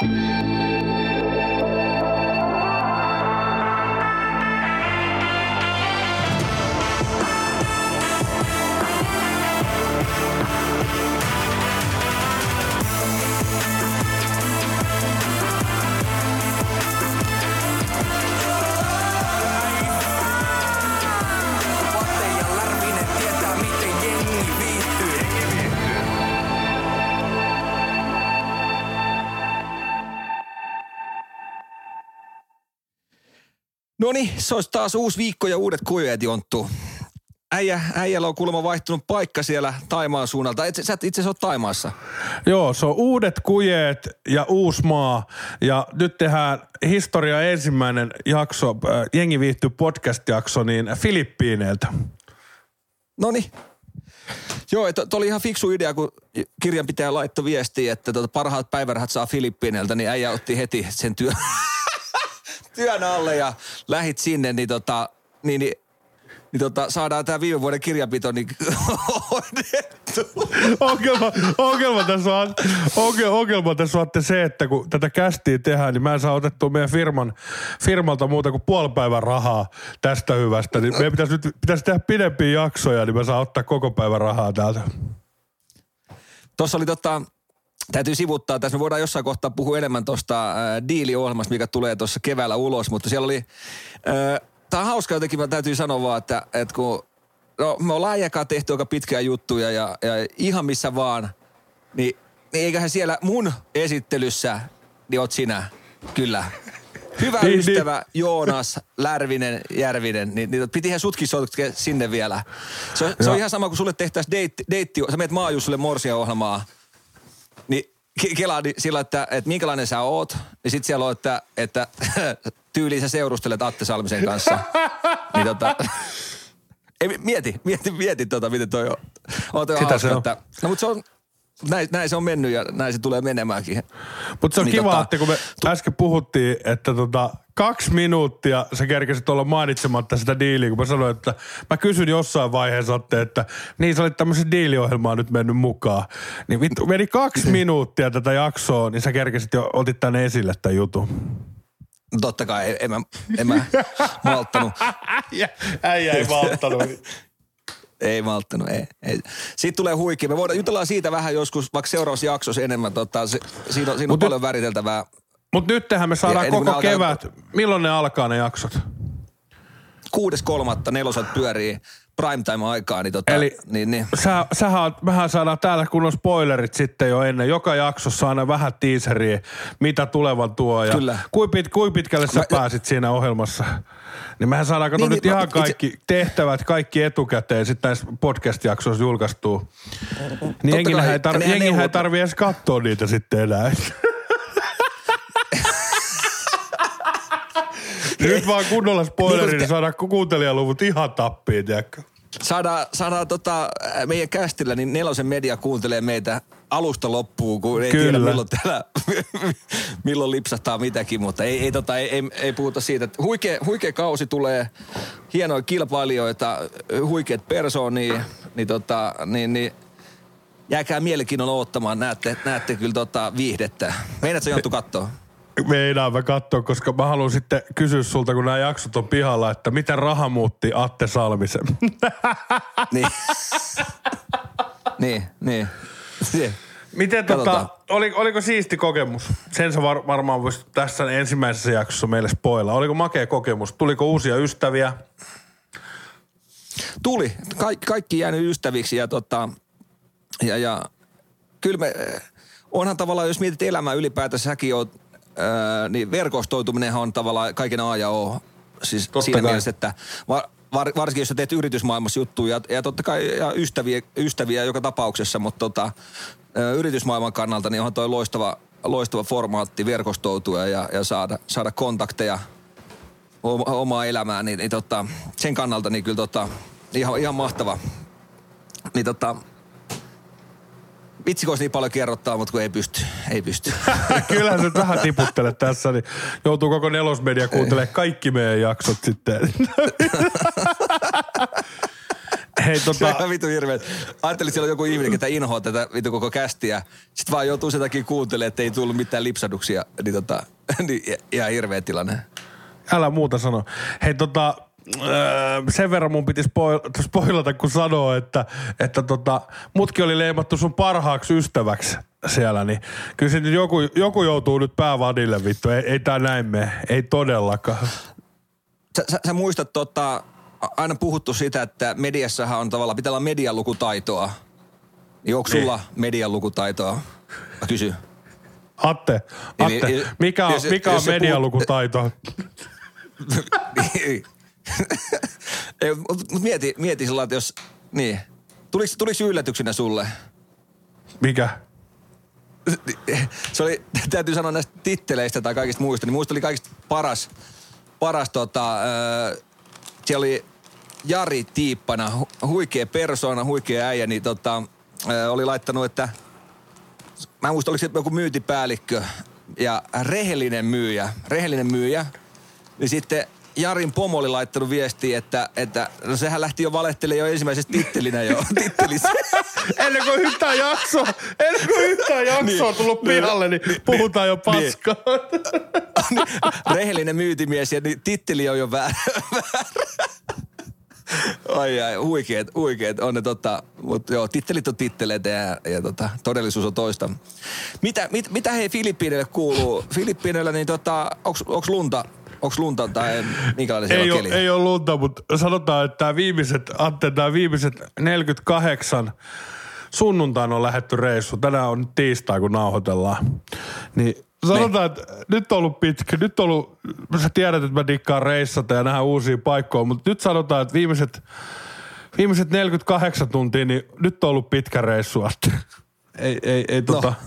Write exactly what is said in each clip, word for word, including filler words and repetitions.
Noniin, se olisi taas uusi viikko ja uudet kujeet, Jonttu. Äijä, äijällä on kuulemma vaihtunut paikka siellä Taimaan suunnalta. Et, sä et itse asiassa ole Taimaassa. Joo, se on uudet kujeet ja uusi maa. Ja nyt tehdään historia ensimmäinen jakso, äh, Jengi viihtyy podcast-jakso, niin Filippiineiltä. Noniin. Joo, että oli ihan fiksu idea, kun kirjanpitäjä laittoi viestiä, että tuota parhaat päivärahat saa Filippiineiltä, niin äijä otti heti sen työn, työn alle ja lähit sinne, niin, tota, niin, niin, niin tota, saadaan tämä viime vuoden kirjanpito niin hoidettu. Ongelma, ongelma, tässä on, ongelma, ongelma tässä on se, että kun tätä kästiä tehdään, niin mä en saa otettua meidän firman, firmalta muuta kuin puoli päivän rahaa tästä hyvästä. Niin meidän pitäisi nyt pitäisi tehdä pidempiä jaksoja, niin mä saan ottaa koko päivän rahaa täältä. Tuossa oli tota... Täytyy sivuttaa, tässä me voidaan jossain kohtaa puhua enemmän tuosta äh, diiliohjelmasta, mikä tulee tuossa keväällä ulos, mutta siellä oli, äh, tämä on hauska jotenkin, mä täytyy sanoa vaan, että, että kun, no me ollaan äijäkaan tehty aika pitkää juttuja ja, ja ihan missä vaan, niin, niin eiköhän siellä mun esittelyssä, niin oot sinä, kyllä. Hyvä niin, ystävä niin. Joonas Lärvinen, Järvinen, niin, niin pitihän sutkin sotkea sinne vielä. Se, se on ihan sama kuin sulle tehtäisiin deitti, deitti, sä meet Maajussille Morsia-ohjelmaa. Niin kelaa sillä, että, että minkälainen sä oot, niin sit siellä on, että, että tyyliin sä seurustelet Atte Salmisen kanssa. Niin tota, ei, mieti, mieti, mieti tota, miten toi on. On toi hauska, se on. Että, no mutta se on, näin, näin se on mennyt ja näin se tulee menemäänkin. Mutta se on niin kiva, tota, että kun me äsken puhuttiin, että tota, kaksi minuuttia sä kerkesit olla mainitsematta sitä diiliä, kun mä sanoin, että mä kysyn jossain vaiheessa, että niin sä olit tämmöisen diiliohjelmaan nyt mennyt mukaan. Niin vittu, meni kaksi minuuttia tätä jaksoa, niin sä kerkesit jo, otit tänne esille tämän jutun. No totta kai, en mä, en mä malttanut. Äijä ei malttanut. Ei malttanut, ei, ei. Siitä tulee huikea. Me voidaan jutellaan siitä vähän joskus, vaikka seuraavassa jaksossa enemmän. Tota, se, siinä on, siinä on paljon nyt, väriteltävää. Mutta nyt tehdään, me saadaan ja, koko kevät. Alkaa, milloin ne alkaa ne jaksot? kuudes kolmatta neloset pyörii primetime-aikaa. Niin tota, eli niin, niin. Sä, sähän, mehän saadaan täällä kunnon spoilerit sitten jo ennen. Joka jaksossa aina vähän teaseria, mitä tulevan tuo. Ja kyllä. Kuin pit, kui pitkälle sä mä, pääsit siinä ohjelmassa? Niin mehän saadaan katsoa niin, nyt niin, ihan kaikki itse tehtävät, kaikki etukäteen sitten näissä podcast-jaksoissa julkaistuu. Niin jengihän ei, tar- jengihän ei tarvi edes katsoa niitä sitten enää. Nyt vaan kunnolla spoileri, niin saadaan kuuntelijaluvut ihan tappiin, tiedätkö? Saadaan, saadaan tota, meidän kästillä, niin Nelosen media kuuntelee meitä alusta loppuun, kun ei Kyllä. tiedä milloin täällä, milloin lipsahtaa mitäkin, mutta ei, ei, tota, ei, ei, ei puhuta siitä. Huikea, huikea kausi tulee, hienoja kilpailijoita, huikeat persoonia, niin, tota, niin, niin jääkää mielenkiinnolla odottamaan, näette, näette kyllä tota viihdettä. Meinaat sä Jonttu kattoo? Meinaan mä katsoa, koska mä haluan sitten kysyä sulta, kun nämä jaksot on pihalla, että miten raha muutti Atte Salmisen? niin. niin, niin. niin. Miten tota, oli, oliko siisti kokemus? Sen sä var, varmaan voisit tässä ensimmäisessä jaksossa meille spoilaa. Oliko makea kokemus? Tuliko uusia ystäviä? Tuli. Kaik, kaikki jäänyt ystäviksi ja tota, ja, ja kyllä me, onhan tavallaan, jos mietit elämää ylipäätänsä, säkin oot, Öö, niin verkostoituminenhan on tavallaan kaiken A ja O. Siis totta siinä kai. Mielessä, että var, var, varsinkin jos sä teet yritysmaailmassa juttuja ja, ja totta kai ja ystäviä, ystäviä joka tapauksessa, mutta tota, ö, yritysmaailman kannalta niin onhan toi loistava, loistava formaatti verkostoutua ja, ja saada, saada kontakteja oma, omaa elämään. Niin, niin tota, sen kannalta niin kyllä tota, ihan, ihan mahtava. Niin tota... Vitsi, kun olisi niin paljon kerrottaa, mutta kun ei pysty. Ei pysty. Kyllähän sä vähän tiputtelet tässä, niin joutuu koko Nelosmedia kuuntelemaan kaikki meidän jaksot sitten. Hei tota... Se on vitu hirveä. Ajattelin, että siellä on joku ihminen, ketä inhoaa tätä vitu koko kästiä. Sitten vaan joutuu sitäkin kuuntelemaan, että ei tullut mitään lipsaduksia. Niin tota, niin ihan hirveä tilanne. Älä muuta sano. Hei tota... Öö, sen verran mun piti spoil- spoilata, kun sanoo, että, että tota, mutkin oli leimattu sun parhaaksi ystäväksi siellä, niin kyllä nyt joku, joku joutuu nyt päävadille vittu. Ei, ei tää näin mene. Ei todellakaan. Sä, sä, sä muistat tota, aina puhuttu sitä, että mediassahan on tavallaan, pitää olla medialukutaitoa. Niin onko sulla niin. medialukutaitoa? Mä kysyn. Atte, Atte, Eli, mikä on, jos, mikä on medialukutaito? Mutta mieti, mieti sillä että jos, niin, tuliko, tuliko yllätyksenä sulle? Mikä? Se oli, täytyy sanoa näistä titteleistä tai kaikista muista, niin muista oli kaikista paras, paras tota, äh, siellä oli Jari Tiippana, hu, huikea persoona, huikea äijä, niin tota, äh, oli laittanut, että mä en muista, oliko se joku myyntipäällikkö ja rehellinen myyjä, rehellinen myyjä, niin sitten Jarin pomo oli laittanut viestiä, että, että no sehän lähti jo valehtelemaan jo ensimmäisessä tittelinä jo. Tittelissä. Ennen kuin yhtään jaksoa, ennen kuin yhtään jaksoa niin, on tullut pihalle, niin, niin puhutaan niin, jo paskaa. Niin, rehellinen myytimies ja niin, titteli on jo väärä. Ai ai, huikeet, huikeet on ne tota, mutta joo, tittelit on titteleitä ja, ja tota, todellisuus on toista. Mitä, mit, mitä hei Filippiineille kuuluu? Filippiineillä niin tota, onks, onks lunta? Onko lunta tai minkälainen siellä ei on keli? Ei ole lunta, mutta sanotaan, että tämä viimeiset, Atte, tämä viimeiset neljäkymmentäkahdeksan sunnuntaina on lähdetty reissu. Tänään on tiistai, kun nauhoitellaan. Niin sanotaan, ne. että nyt on ollut pitkä. Nyt on ollut, sä tiedät, että mä dikkaan reissata ja nähdä uusia paikkoja, mutta nyt sanotaan, että viimeiset, viimeiset neljäkymmentäkahdeksan tuntia, niin nyt on ollut pitkä reissu asti. ei, ei, ei tota... No.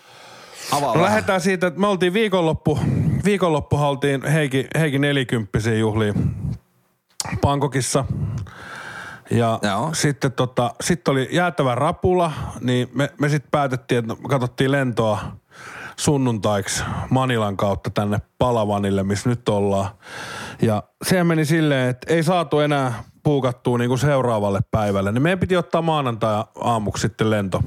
No lähdetään siitä, että me oltiin viikonloppu, viikonloppuhan oltiin Heikki, Heikki nelikymppisiä juhliin Bangkokissa. Ja Joo. sitten tota, sit oli jäätävä rapula, niin me, me sitten päätettiin, että me katsottiin lentoa sunnuntaiksi Manilan kautta tänne Palawanille, missä nyt ollaan. Ja se meni silleen, että ei saatu enää puukattua niinku seuraavalle päivälle. Niin meidän piti ottaa maanantai aamuksi sitten lento.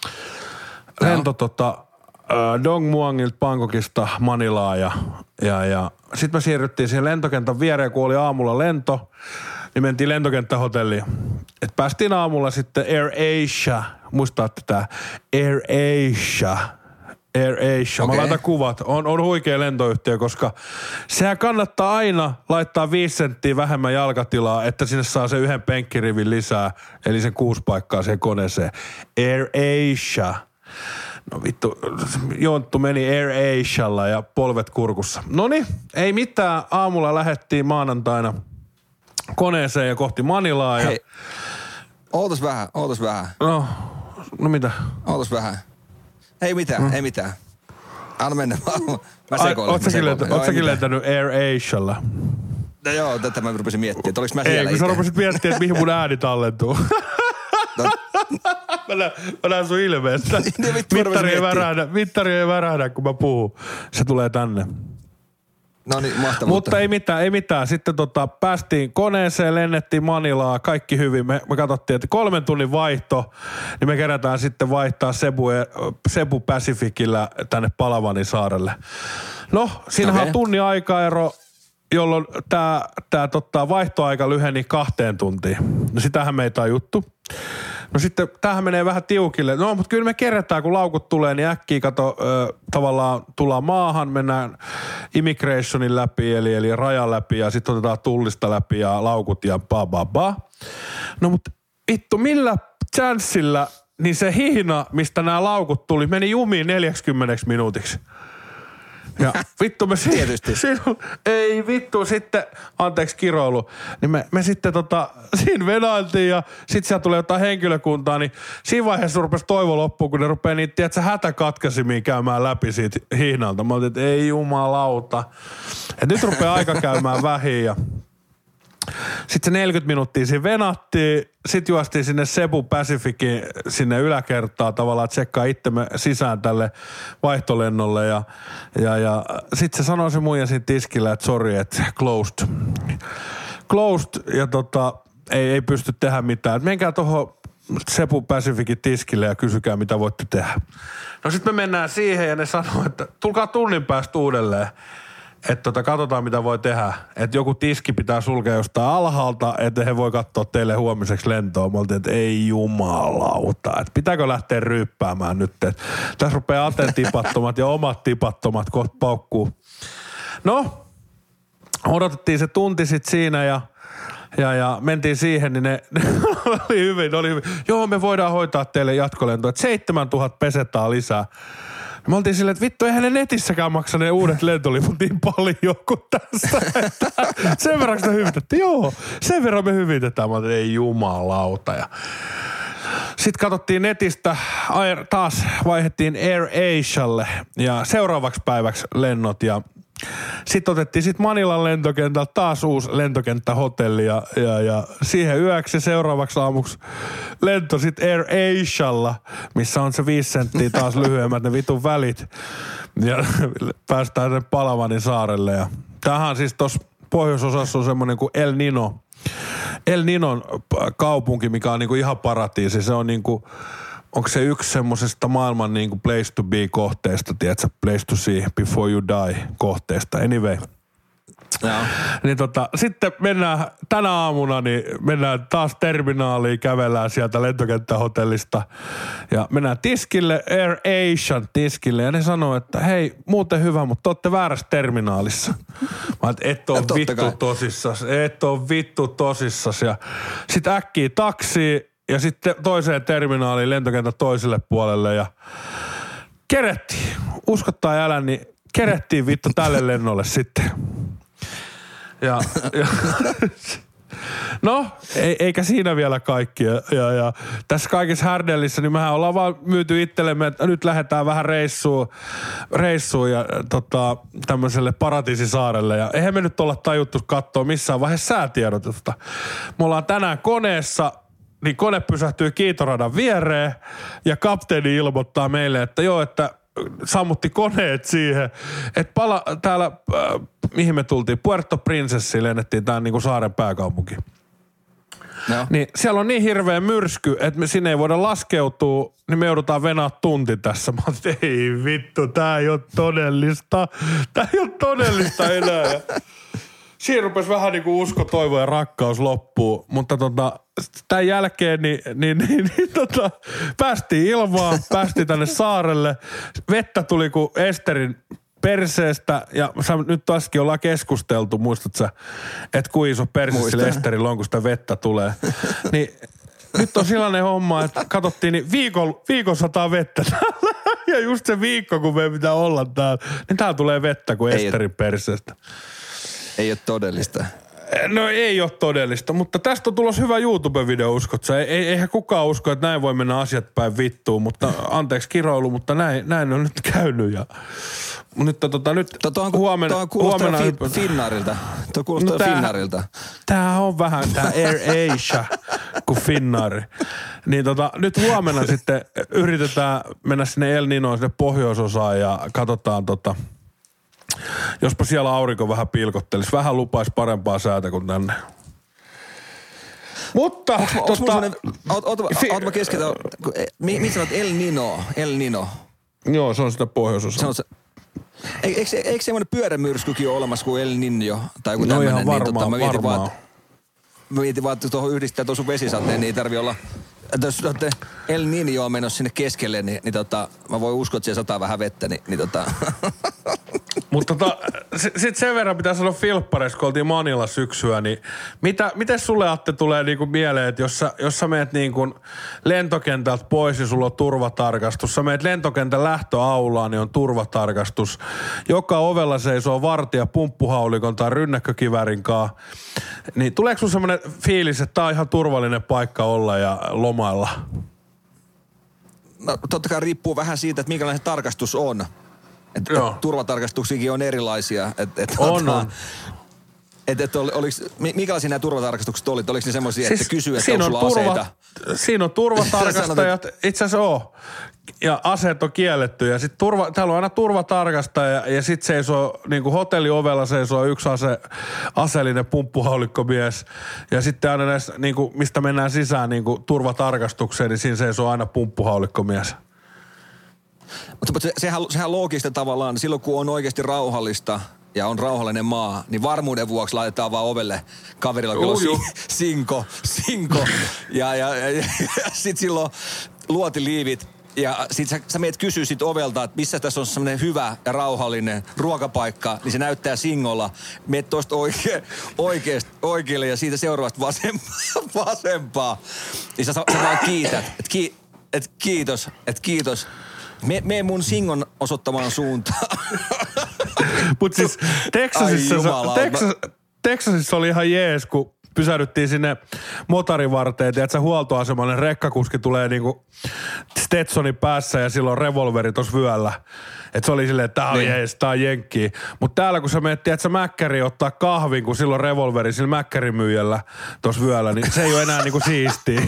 Lento tota... Dong Muangilta Bangkokista Manilaan ja, ja, ja sitten me siirryttiin siihen lentokentän viereen, kun oli aamulla lento, niin mentiin lentokenttähotelliin. Et päästiin aamulla sitten Air Asia, muistaatte tää Air Asia, Air Asia. Okay. Mä laitan kuvat, on, on huikea lentoyhtiö, koska sehän kannattaa aina laittaa viisi senttiä vähemmän jalkatilaa, että sinne saa se yhden penkkirivin lisää, eli sen kuusi paikkaa siihen koneeseen. Air Asia. No vittu, Jonttu meni Air Asialla ja polvet kurkussa. Noniin, ei mitään. Aamulla lähdettiin maanantaina koneeseen ja kohti Manilaa. Ja... Hei, ootas vähän, ootas vähän. No, no mitä? Ootas vähän. Ei mitään, no. ei mitään. Anna mennä. Mä sekoilen. Oot säkin lentänyt Air Asialla? No joo, tätä mä rupesin miettimään, että oliks mä ei, siellä itse. Ei, kun sä rupesit miettimään, että mihin mun ääni tallentuu. No. Mä näen, mä näen sun ilmeestä. Mittari ei värähdä, mittari ei värähdä, kun mä puhun. Se tulee tänne. No niin, mahtavuutta. Mutta ei mitään, ei mitään. Sitten tota, päästiin koneeseen, lennettiin Manilaa, kaikki hyvin. Me, me katsottiin, että kolmen tunnin vaihto, niin me kerätään sitten vaihtaa Cebu, Cebu Pacificillä tänne Palawanin saarelle. No, siinähän okay. on tunnin aikaero, jolloin tää, tää tota, vaihtoaika lyheni kahteen tuntiin. No sitähän meitä on juttu. No sitten tämähän menee vähän tiukille. No, mutta kyllä me kerätään, kun laukut tulee, niin äkkiä kato, ö, tavallaan tullaan maahan, mennään immigrationin läpi, eli, eli rajan läpi, ja sitten otetaan tullista läpi ja laukut ja ba ba ba. No, mutta vittu, millä chanssilla, niin se hihna, mistä nämä laukut tuli, meni jumiin neljäkymmentä minuutiksi. Ja vittu me Tietysti. Sinu, ei vittu, sitten, anteeksi kiroilu, niin me, me sitten tota, siinä vedailtiin ja sitten sieltä tulee jotain henkilökuntaa, niin siinä vaiheessa rupesi toivo loppuun, kun ne rupeaa niitä, tiedätkö, hätäkatkaisimia käymään läpi siitä hihnalta. Mä olin, että ei jumalauta. Et nyt rupeaa aika käymään vähin ja sitten se neljäkymmentä minuuttia siinä venattiin, sitten juostiin sinne Cebu Pacificin sinne yläkertaan tavallaan tsekkaa itsemme sisään tälle vaihtolennolle ja, ja, ja sitten se sanoi se muija siinä tiskillä, että sorry, että closed. Closed ja tota, ei, ei pysty tehdä mitään. Et menkää tuohon Sepu Pacificin tiskille ja kysykää, mitä voitte tehdä. No sitten me mennään siihen ja ne sanoo, että tulkaa tunnin päästä uudelleen. Että tota, katsotaan, mitä voi tehdä. Että joku tiski pitää sulkea jostain alhaalta, että he voi katsoa teille huomiseksi lentoon. Me oltiin, että ei jumalauta. Että pitääkö lähteä ryyppäämään nyt. Että tässä rupeaa Aten tipattomat ja omat tipattomat kohta paukkuu. No, odotettiin se tunti sitten siinä ja, ja, ja mentiin siihen, niin ne, ne oli hyvin, ne oli hyvin. Joo, me voidaan hoitaa teille jatkolento, että seitsemäntuhatta pesetaa lisää. Me oltiin silleen, että vittu, eihän ne netissäkään maksa ne uudet lentoliput niin paljon kuin tässä. Sen verran sitä hyvitettiin. Joo, sen verran me hyvitetään. Mä oltiin, ei jumalauta. Ja sitten katsottiin netistä, taas vaihdettiin Air Asialle ja seuraavaksi päiväksi lennot ja sitten otettiin sit Manilan lentokentältä taas uusi lentokenttähotelli ja, ja, ja siihen yöksi seuraavaksi aamuksi lento sitten Air Asialla, missä on se viisi senttiä taas lyhyemmät ne vitun välit. Ja päästään sen Palavanin saarelle. Ja tämähän siis tuossa pohjoisosassa on semmoinen kuin El Nino. El Ninon kaupunki, mikä on niinku ihan paratiisi. Se on niinku, onko se yksi semmosesta maailman niinku place to be kohteesta, tiedätkö, place to see before you die kohteesta. Anyway. No. Niin tota, sitten mennään tänä aamuna, niin mennään taas terminaaliin, kävellään sieltä lentokenttähotellista ja mennään tiskille, Air Asian tiskille ja ne sanoo, että hei, muuten hyvä, mutta te olette väärässä terminaalissa. Mä et, et oo vittu kai tosissas, et oo vittu tosissas ja sit äkkiä taksiin ja sitten toiseen terminaaliin lentokentän toiselle puolelle ja kerettiin, uskottaa ja älä, niin kerettiin vittu tälle lennolle sitten. Ja, ja no, ei, eikä siinä vielä kaikki. Ja, ja, ja tässä kaikissa härdellissä, niin mehän ollaan vaan myyty itsellemme, että nyt lähdetään vähän reissuun, reissuun ja tota, tämmöiselle paratiisisaarelle. Ja eihän me nyt olla tajuttu katsoa missään vaiheessa säätiedotusta. Me ollaan tänään koneessa, niin kone pysähtyy kiitoradan viereen ja kapteeni ilmoittaa meille, että joo, että sammutti koneet siihen, että pala täällä, äh, mihin me tultiin, Puerto Princessiin lennettiin, tää on niinku saaren pääkaupunki. No. Niin siellä on niin hirveä myrsky, että me sinne ei voida laskeutua, niin me joudutaan venaa tunti tässä. Mä oon, ei vittu, tää ei ole todellista, tää ei ole todellista enää. Siinä rupesi vähän niinku usko, toivo ja rakkaus loppuu, mutta tota, tämän jälkeen niin, niin, niin, niin tota, päästiin ilmaan, päästiin tänne saarelle. Vettä tuli kuin Esterin perseestä ja sä, nyt taaskin ollaan keskusteltu, muistat sä, että kuin iso perse sillä Esterillä on, kun sitä vettä tulee. Niin nyt on sellainen homma, että katsottiin, niin viikon, viikon sataa vettä täällä. Ja just se viikko, kun meidän pitää olla täällä, niin täällä tulee vettä kuin Esterin perseestä. Ei ole todellista. No ei ole todellista, mutta tästä on tulossa hyvä YouTube-video, uskot sä? Ei, eihän kukaan usko, että näin voi mennä asiat päin vittuun, mutta anteeksi kiroilu, mutta näin, näin on nyt käynyt. Ja, nyt tota, nyt tuo huomenna... Tuo kuulostaa fin, Finnaarilta. Tuo kuulostaa no Finnaarilta. Tää on vähän tää Air Asia kuin Finnaari. Niin tota, nyt huomenna sitten yritetään mennä sinne El Ninoon, sinne pohjoisosaan ja katsotaan tota... Jospa siellä aurinko vähän pilkottelisi. Vähän lupaisi parempaa säätä kuin tänne. Mutta... Onks, onks tota, Oot mä keskitä. Mitä sanot El Nino? El Nino. Joo, se on sitä pohjoisosaa. Se on se. Eikö, eikö semmoinen pyörämyrskykin ole olemassa kuin El Niño? Tai joku no tämmönen, ihan varmaan, niin, tota, mä mietin varmaan. Vaan, mä mietin vaan, että tuohon yhdistää tuon sun vesisateen, niin ei tarvi olla... Että jos olette El Niño on menossa sinne keskelle, niin, niin tota, mä voin uskoa, että siellä sataa vähän vettä, niin, niin tota... Mutta tota, sitten sen verran pitää sanoa filppareissa, kun oltiin Manilla syksyä, niin mitä, miten sulle, Atte, tulee niinku mieleen, että jos sä, jos sä meet niinku lentokentältä pois, niin sulla on turvatarkastus. Sä meet lentokentän lähtöaulaan, niin on turvatarkastus. Joka ovella seisoo vartija pumppuhaulikon tai rynnäkkökivärin kanssa. Niin tuleeko sun semmoinen fiilis, että tää on ihan turvallinen paikka olla ja lomailla? No totta kai riippuu vähän siitä, että minkälainen tarkastus on. Et, et turvatarkastuksiakin on erilaisia. Et, et, on, on. Että et ol, oliks, minkälaisia nämä turvatarkastukset oli? Oliko ne semmoisia, siis, että se kysyy, että onko sulla turva, aseita? Siinä on turvatarkastajat, itse asiassa on. Ja aseet on kielletty. Ja sit turva, täällä on aina turvatarkastaja ja sit seisoo, niin kuin hotelliovella seisoo yksi ase, aseellinen pumppuhaulikkomies. Ja sitten aina näissä, niin kuin, mistä mennään sisään niin kuin turvatarkastukseen, niin siinä seisoo aina pumppuhaulikkomies. Mutta sehän, sehän loogista tavallaan, silloin kun on oikeasti rauhallista ja on rauhallinen maa, niin varmuuden vuoksi laitetaan vaan ovelle kaverilla, kun on si- sinko, sinko. Ja, ja, ja, ja, ja sit silloin luotiliivit. Ja sit sä, sä meet kysyä sit ovelta, että missä tässä on semmoinen hyvä ja rauhallinen ruokapaikka, niin se näyttää singolla. Meet tosta oike, oikeast, oikealle ja siitä seuraavasta vasempaa. vasempaa. Niin sä, sä vaan kiität, että ki, et kiitos, että kiitos. Me, me mun singon osoittamaan suuntaan. Mut siis Texasissa, Texas, Texasissa oli ihan jees, kun pysähdyttiin sinne motorivarteen, ja että se huoltoasemalle rekkakuski tulee niinku Stetsonin päässä ja silloin revolveri tossa vyöllä. Että se oli silleen, että tää on niin. jees, tää on jenkkii. Mut täällä kun sä menet, että sä mäkkäri ottaa kahvin, kun silloin revolveri sillä mäkkärimyyjällä tossa vyöllä, niin se ei ole enää niinku siistiä.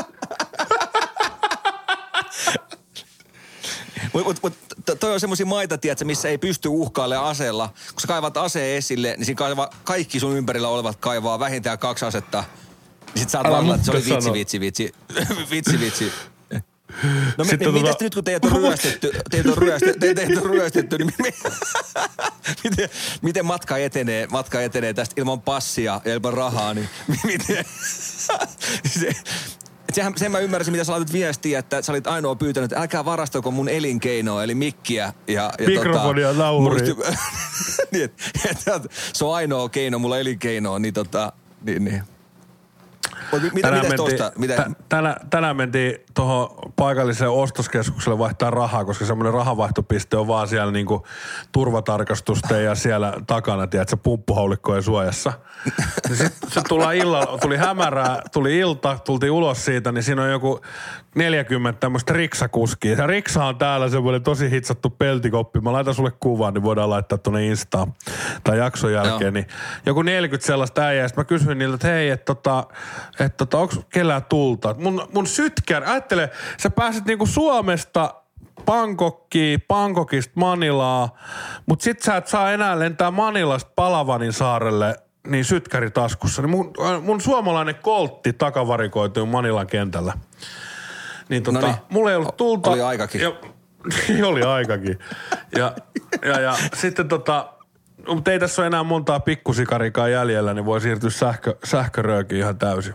Mutta mut, toi on semmosia maita, tiedätkö, missä ei pysty uhkailemaan aseella. Kun sä kaivat aseen esille, niin siinä kaivaa, kaikki sun ympärillä olevat kaivaa vähintään kaksi asetta. Niin sit sä oot vaan, että se oli vitsi, vitsi, vitsi, vitsi, vitsi. No me, me, tuota... mitäs nyt kun teidät on ryöstetty, teidät on ryöstetty, te, teidät on ryöstetty, niin me, miten, miten matka etenee, matka etenee tästä ilman passia ja ilman rahaa, niin miten... se, Sehän, sen mä ymmärsin, mitä sä laitat viestiä, että sä olit ainoa pyytänyt, että älkää varastako mun elinkeinoa, eli mikkiä. Ja, ja mikrofonia tota, naurii. niin, että se on ainoa keino mulla elinkeinoa, niin tota, niin, niin. Mitä, tänään, mites mentiin, tosta? Mitä? T- tänä, tänään mentiin tuohon paikalliseen ostoskeskukselle vaihtaa rahaa, koska semmoinen rahavaihtopiste on vaan siellä niinku turvatarkastusten ja siellä takana, tiedätkö, pumppuhaulikkojen suojassa. Sitten sit tullaan illalla, tuli hämärää, tuli ilta, tultiin ulos siitä, niin siinä on joku neljäkymmentä tämmöistä riksakuskia. Ja riksa on täällä semmoinen tosi hitsattu peltikoppi. Mä laitan sulle kuvan, niin voidaan laittaa tuonne Instaan tai jakson jälkeen. Niin joku neljäkymmentä sellaista äijää. Sitten mä kysyin niiltä, että hei, että tota, et tota, onko kellään tulta? Mun, mun sytkär, ajattele, sä pääset niinku Suomesta Bangkokkiin, Bangkokista Manilaa, mutta sit sä et saa enää lentää Manilasta Palavanin saarelle niin sytkäri taskussa. Niin mun, mun suomalainen koltti takavarikoitui Manilan kentällä. Niin tota, Noniin. Mulla ei ollut tulta. Oli aikakin. Ja, oli aikakin. Ja, ja, ja sitten tota, mutta ei tässä ole enää montaa pikkusikarikaan jäljellä, niin voi siirtyä sähkö, sähköröökiin ihan täysin.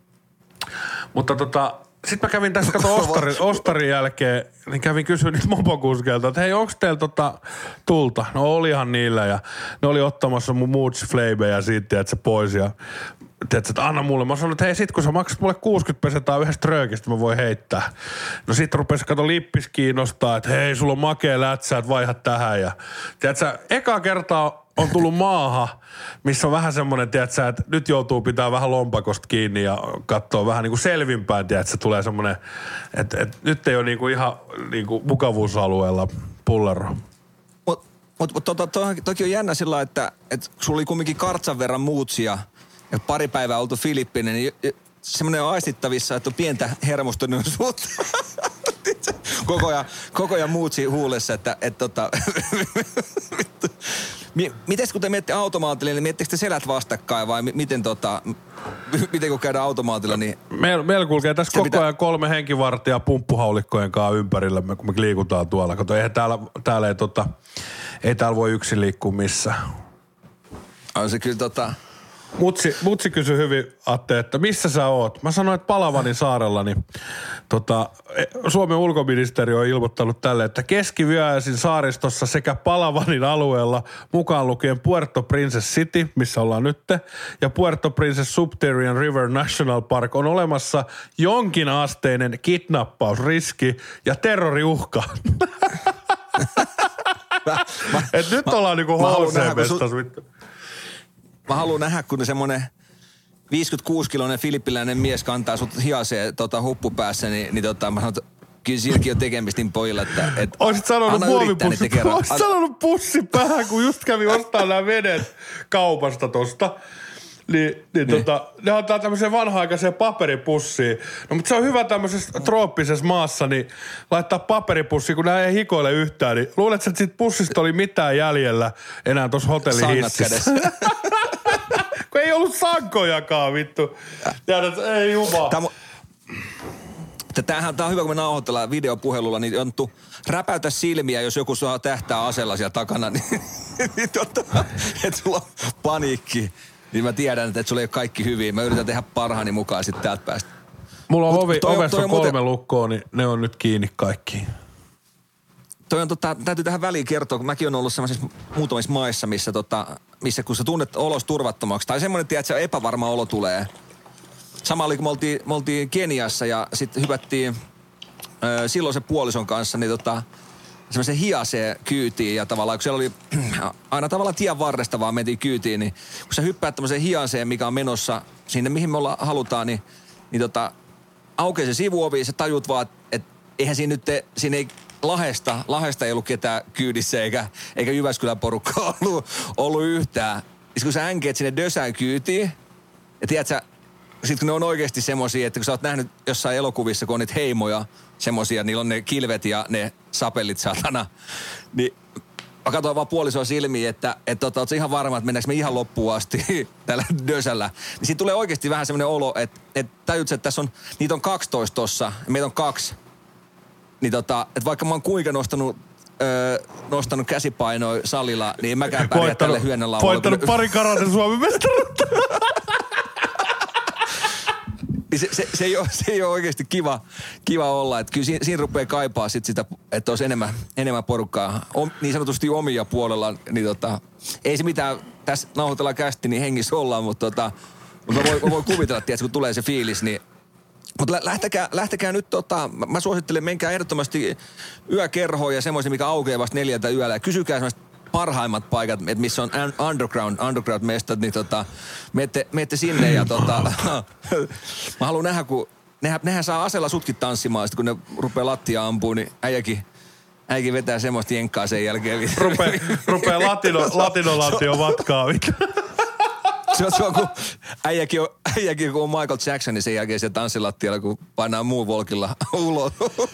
Mutta tota, sitten mä kävin tässä kato Ostarin, Ostarin jälkeen, niin kävin kysyä niitä mopokuskeilta, että hei, onko teillä tota tulta? No olihan niillä ja ne oli ottamassa mun Moods Flameja siitä, että se pois ja tiedätkö, että anna mulle. Mä sanoin, että hei, sit kun sä maksat mulle kuusikymmentä pesetää yhdestä röökistä, mä voin heittää. No sit rupesi kato lippis kiinnostaa, että hei, sulla on makea lätsä, että vaihat tähän. Ja tiedätkö, eka kertaa on tullut maahan, missä on vähän semmoinen, tiedätkö, että nyt joutuu pitää vähän lompakosta kiinni ja katsoa vähän niin kuin selvinpäin, tiedätkö, tulee semmoinen, että, että nyt ei ole niin kuin ihan niin kuin mukavuusalueella pullero. Mutta mut, mut, to, to, to, toki on jännä sillä, että, että sulla oli kumminkin kartsan verran muutsia ja pari päivää oltu Filippinen, niin semmoinen on aistittavissa, että on pientä hermostuneisuutta. koko ajan, koko ajan muutsi huulessa, että et, tota, mites kun te menette automaatille, niin miettekö te selät vastakkain vai miten, tota, miten kun käydään automaatilla, niin... Meillä meil kulkee tässä koko pitää... ajan kolme henkivartijaa pumppuhaulikkojen kanssa ympärillä, kun me liikutaan tuolla. Kato, eihän täällä, täällä ei, tota, ei täällä voi yksin liikkua missään. On se kyllä tota... Mutsi, Mutsi kysyi hyvin, Atte, että missä sä oot? Mä sanoin, että Palavanin saarella, niin tota, Suomen ulkoministeri on ilmoittanut tälle, että keskivyöäisin saaristossa sekä Palavanin alueella, mukaan lukien Puerto Princess City, missä ollaan nytte, ja Puerto Princess Subterranean River National Park on olemassa jonkinasteinen kidnappausriski ja terroriuhka. Et nyt mä, ollaan niinku H C-mestas. Mä haluan nähdä, kun semmoinen viisikymmentäkuusi kiloinen filippiläinen mies kantaa sut hiaseen tota, huppupäässä, niin, niin tota, mä sanon, kyllä siinäkin on tekemistä niin pojilla, että et Oisit sanonut muovipussi, oisit sanonut pussi päähän, kun just kävi ostaa nämä vedet kaupasta tosta. Niin, niin, niin. Tota, ne antaa tämmöiseen vanha-aikaiseen paperipussiin. No mutta se on hyvä tämmöisessä trooppisessa maassa, niin laittaa paperipussiin, kun nämä ei hikoile yhtään. Niin luuletko, että siitä pussista oli mitään jäljellä enää tuossa hotellihississä? Kun ei ollut sankojakaan, vittu. Tiedät, ei juma. Tämä, tämähän, tämä on hyvä, kun me nauhoitellaan videopuhelulla, niin Jonttu, räpäytä silmiä, jos joku saa tähtää asella siellä takana, niin, niin totta, että sulla on paniikki. Niin mä tiedän, että sulla ei ole kaikki hyvin. Mä yritän tehdä parhaani mukaan sitten täältä päästä. Mulla on ovi, toi, ovessa toi on kolme muuten lukkoa, niin ne on nyt kiinni kaikki. Toi on tota, täytyy tähän väliin kertoa, kun mäkin on ollut sellaisissa muutamissa maissa, missä, tota, missä kun sä tunnet olos turvattomaksi, tai semmoinen, tiedät, että se epävarma olo tulee. Sama oli, kun me oltiin, me oltiin Keniassa ja sitten hypättiin ö, silloin se puolison kanssa, niin tota, semmoisen hiaseen kyytiin ja tavallaan, kun siellä oli aina tavallaan tien varresta vaan mentiin kyytiin, niin kun sä hyppäät tämmöiseen hiaseen, mikä on menossa sinne, mihin me olla, halutaan, niin, niin tota, aukeaa se sivuovi, sä tajut vaan, että et, eihän siinä nyt, te, siinä ei Lahesta, Lahesta ei ollut ketään kyydissä, eikä, eikä Jyväskylän porukkaa ollut, ollut yhtään. Ja kun sä änkeet sinne Dösään kyytiin, ja tiedät sä, sit kun ne on oikeasti semmosia, että kun sä oot nähnyt jossain elokuvissa, kun on niitä heimoja, semmosia, niillä on ne kilvet ja ne sapellit satana, niin mä katsoin vaan puolisoa silmiin, että et, tota, oot sä ihan varma, että mennäänkö me ihan loppuun asti tällä Dösällä. Niin siitä tulee oikeasti vähän semmoinen olo, että et tajut, että tässä on, niitä on kaksitoista tossa, ja meitä on kaksi. Niin tota, että vaikka mä oon kuinka nostanut, öö, nostanut käsipainoja salilla, niin en mäkään pärjää tälle hyönnönlaululle. Voittanut pari karaten Suomen mestaruutta. Niin se, se, se, ei ole, se ei ole oikeasti kiva, kiva olla. Että kyllä siinä, siinä rupeaa kaipaa sit sitä, että olisi enemmän, enemmän porukkaa. Om, niin sanotusti omia puolella. Niin tota, ei se mitään, tässä nauhoitellaan kästi, niin hengissä ollaan, mutta tota, mä voin, mä voin kuvitella, tietysti, kun tulee se fiilis, niin mutta lähtekää, lähtekää nyt, tota, mä suosittelen, menkää ehdottomasti yökerhoon ja semmoisia, mikä aukeaa vasta neljältä yöllä. Ja kysykää semmoista parhaimmat paikat, että missä on underground, underground-mestat, niin tota, menette, menette sinne ja tota, mä haluan nähdä, kun nehän, nehän saa asella sutkin tanssimaan, sit kun ne rupeaa lattia ampuu, niin äijäkin, äijäkin vetää semmoista jenkkaa sen jälkeen. Rupee, rupee latino, latinolatio vatkaa. Se on, se on kun äijäkin on, äijäkin kun on Michael Jackson, niin sen jälkeen se tanssilattialla, kun painaa muun volkilla ulos.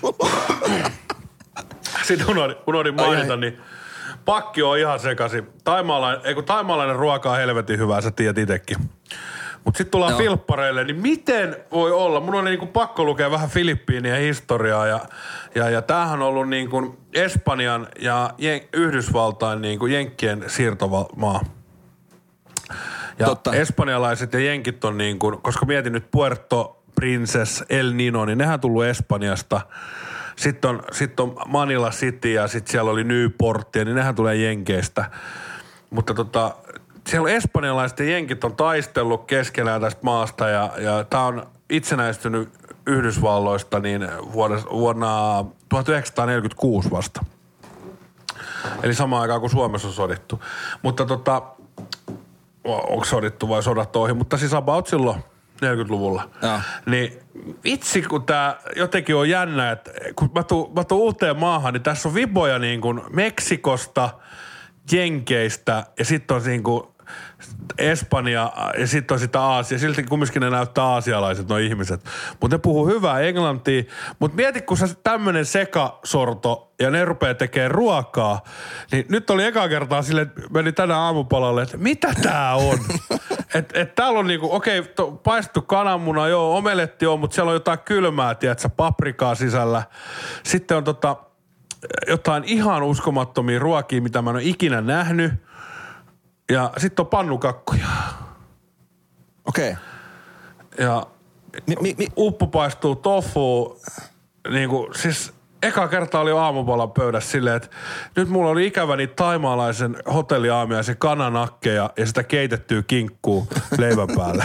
Sitten unohdin, unohdin mainita, ai, niin pakki on ihan sekaisin. Taimaalainen, ei kun taimaalainen ruoka on helvetin hyvää, sä tiedät itekin. Mutta sitten tullaan no. filppareille, niin miten voi olla? Mun on niinku pakko lukea vähän Filippiinien historiaa ja, ja, ja tämähän on ollut niinku Espanjan ja Jen- Yhdysvaltain niinku jenkkien siirtomaa. Ja totta. Espanjalaiset ja jenkit on niin kuin, koska mietin nyt Puerto Princess, El Nino, niin nehän tullut Espanjasta. Sitten on, sit on Manila City ja sitten siellä oli Newportia, niin nehän tulee jenkeistä. Mutta tota, siellä espanjalaiset ja jenkit on taistellut keskenään tästä maasta ja, ja tää on itsenäistynyt Yhdysvalloista niin vuonna, vuonna tuhatyhdeksänsataaneljäkymmentäkuusi vasta. Eli samaan aikaan kuin Suomessa on sodittu. Mutta tota, onko sodittu vai sodat ohi, mutta siis about silloin neljäkymmentäluvulla. Ja. Niin vitsi, kun tää jotenkin on jännä, että kun mä tuun, mä tuun uuteen maahan, niin tässä on viboja niin kuin Meksikosta, Jenkeistä ja sitten on niin kuin Espanja ja sitten on sitä Aasia. Silti kumminkin ne näyttää aasialaiset, nuo ihmiset. Mutta ne puhuu hyvää englantia. Mutta mieti, kun sä tämmönen sekasorto ja ne rupeaa tekemään ruokaa, niin nyt oli eka kertaa silleen, että meni tänään aamupalalle, että mitä tää on? Että et täällä on niinku, okei, okay, paistettu kananmuna, joo, omeletti on, mutta siellä on jotain kylmää, tiedätkö, paprikaa sisällä. Sitten on tota, jotain ihan uskomattomia ruokia, mitä mä en ole ikinä nähnyt. Ja sitten on pannukakkuja. Okei. Okay. Ja mi, mi, mi. uppu paistuu tofu. Niinku, siis eka kerta oli aamupalan pöydässä silleen, että nyt mulla oli ikävä niitä taimaalaisen hotelliaamiaisen kananakkeja ja sitä keitettyä kinkkuu leivän päälle.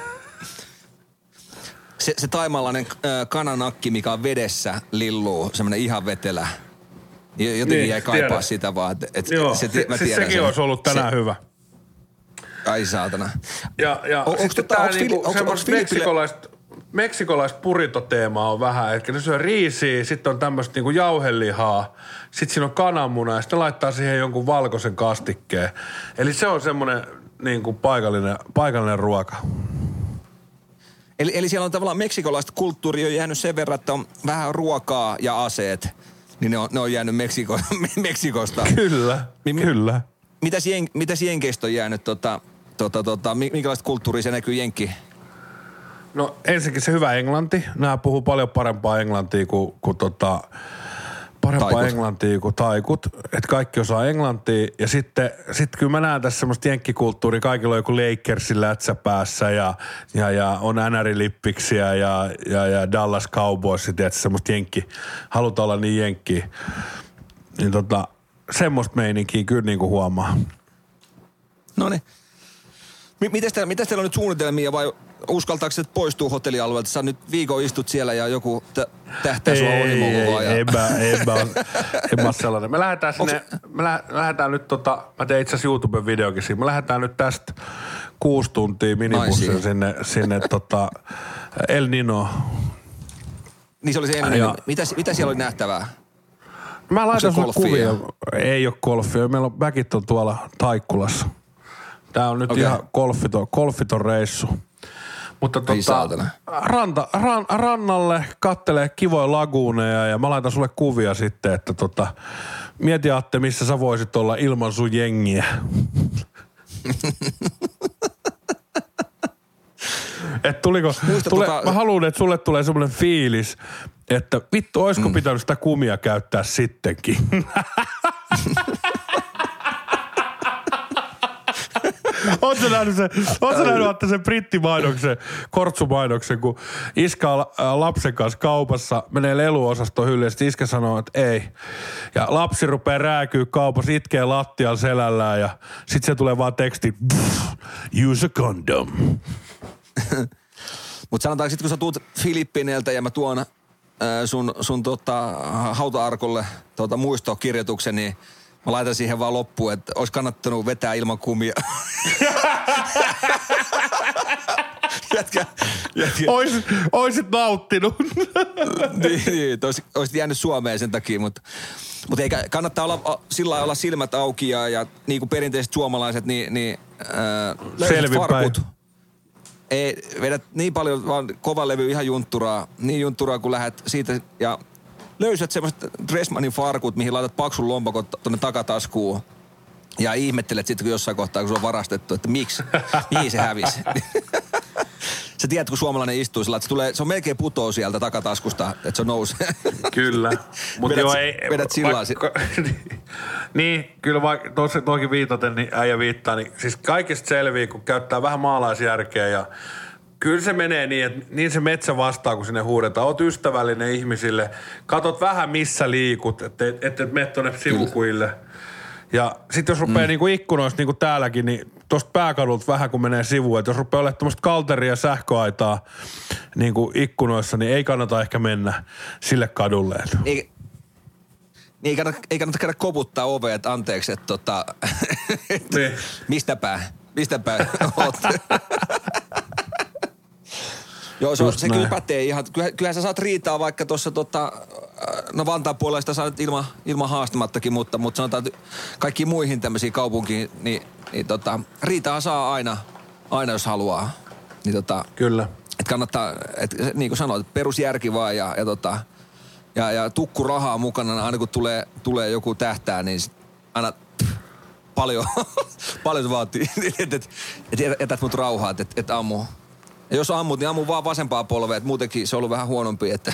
Se, se taimaalainen äh, kananakki, mikä on vedessä, lilluu, semmoinen ihan vetelä. Jotenkin niin, jäi kaipaa tiedän. Sitä vaan. Et, et Joo, se, se, mä siis sekin sen. olisi ollut tänään se, hyvä. Ai saatana. Ja, ja o, sitten tota, tää niinku semmoiset meksikolaiset meksikolais burrito-teema on vähän, että ne syö riisiä, sitten on tämmöistä niinku jauhelihaa, sitten siinä on kananmuna ja sitten laittaa siihen jonkun valkoisen kastikkeen. Eli se on semmoinen niinku paikallinen, paikallinen ruoka. Eli, eli siellä on tavallaan meksikolaista kulttuuria on jäänyt sen verran, että on vähän ruokaa ja aseet. Niin ne on, ne on jäänyt Meksiko, Meksikosta. Kyllä, Mi- kyllä. Mitäs, jen, mitäs Jenkeistä on jäänyt, tota, tota, tota, minkälaista kulttuuria se näkyy Jenkki? No ensinnäkin se hyvä englanti. Nämä puhuu paljon parempaa englantia kuin, kuin tota, parempaa taikut. englantia kuin taikut. Että kaikki osaa englantia. Ja sitten sit kyllä mä näen tässä semmoista jenkkikulttuuria. Kaikilla on joku Lakersin lätsä päässä ja, ja, ja on N R-lippiksiä ja, ja, ja Dallas Cowboys. Että semmoista jenkki. Halutaan olla niin jenkkiä. Niin tota, semmoista meininkiä kyllä niinku huomaa. Noniin. Mitäs teillä, mitäs teillä on nyt suunnitelmia vai uskaltaako se poistua hotellialueelta? Sä nyt viikon istut siellä ja joku tä- tähtää sua ohimoon koko ajan. Ei, en mä, en mä, en mä sellainen. Me lähdetään sinne, me lähdetään nyt tota, mä tein itse asiassa YouTuben videokin siinä. Me lähdetään nyt tästä kuusi tuntia minibussia sinne, sinne tota El Nino. Niin se oli se El Nino. Mitä, mitä siellä oli nähtävää? Mä laitan sulle kuvia. Ei ole golfia. Meillä on väkit on tuolla Taikkulassa. Tää on nyt okay. ihan golfiton, golfiton reissu. Mutta tota, ranta, ran, rannalle kattelee kivoja laguuneja ja mä laitan sulle kuvia sitten, että tota, mieti Atte, missä sä voisit olla ilman sun jengiä. Et tuliko, tule, tota... mä haluun, että sulle tulee semmoinen fiilis, että vittu, oisko mm. pitänyt sitä kumia käyttää sittenkin. Oot sä nähnyt sen, oot sä nähnyt Atte sen brittimainoksen, kortsumainoksen, kun iskä on lapsen kanssa kaupassa, menee leluosaston hyllyyn, ja iskä sanoo, että ei. Ja lapsi rupeaa rääkyy kaupassa, itkee lattialla selällään, ja sit se tulee vaan teksti, use a condom. Mut sanotaanko sit, kun sä tuut Filippiineiltä ja mä tuon äh, sun, sun tota, hauta-arkolle tota, muistokirjoituksen, niin mä laitan siihen vaan loppuun, että olisi kannattanut vetää ilman kumia. jätkä, jätkä. Oisit, oisit nauttinut. niin, niin oisit, oisit jäänyt Suomeen sen takia, mutta mut eikä kannattaa olla, sillä olla silmät auki ja, ja niin kuin perinteiset suomalaiset, niin, niin äh, löydät farkut. Ei, vedät niin paljon vaan kovan levy ihan juntturaa, niin juntturaa kun lähdet siitä ja löysät semmoiset Dressmanin farkut, mihin laitat paksun lompakon tonne takataskuun. Ja ihmettelet sitten jossain kohtaa, kun se on varastettu, että miksi, mihin se hävisi. Sä tiedät, kun suomalainen istuu sillä, että se, tulee, se on melkein putoo sieltä takataskusta, että se nousee. Kyllä. Mutta joo, ei. Vedät sillä niin, kyllä vaikka tuokin viitaten, niin äijä viittaa, niin siis kaikista selviää, kun käyttää vähän maalaisjärkeä ja kyllä se menee niin, että niin se metsä vastaa, kun sinne huudetaan. Oot ystävällinen ihmisille. Katot vähän, missä liikut, että et, et mene tuonne sivukuille. Ja sitten jos rupeaa mm. niinku ikkunoista, niin kuin täälläkin, niin tuosta pääkadulta vähän kun menee sivuun. Että jos rupeaa olemaan tämmöistä kalteria ja sähköaitaa niin kuin ikkunoissa, niin ei kannata ehkä mennä sille kadulle. Ei, ei, kannata, ei kannata käydä koputtaa ovea, että anteeksi, että tota, et, niin. mistäpä, mistäpä oot. Joo, se, on, se kyllä pätee ihan. Kyllähän, kyllähän sä saat riitaa vaikka tuossa tota, no Vantaan puolella sitä saat ilman, ilman haastamattakin, mutta, mutta sanotaan, että kaikkiin muihin tämmöisiin kaupunkiin, niin, niin tota, riitaa saa aina, aina jos haluaa. Niin tota, kyllä. Että kannattaa, että niin kuin sanoit, perusjärki vaan ja, ja, tota, ja, ja tukku rahaa mukana, aina kun tulee, tulee joku tähtää, niin aina pff, paljon, paljon se vaatii, että et, et jätät mut rauhaa, että et, et ammu. Ja jos ammut, niin ammu vaan vasempaa polvea, että muutenkin se on ollut vähän huonompi, että...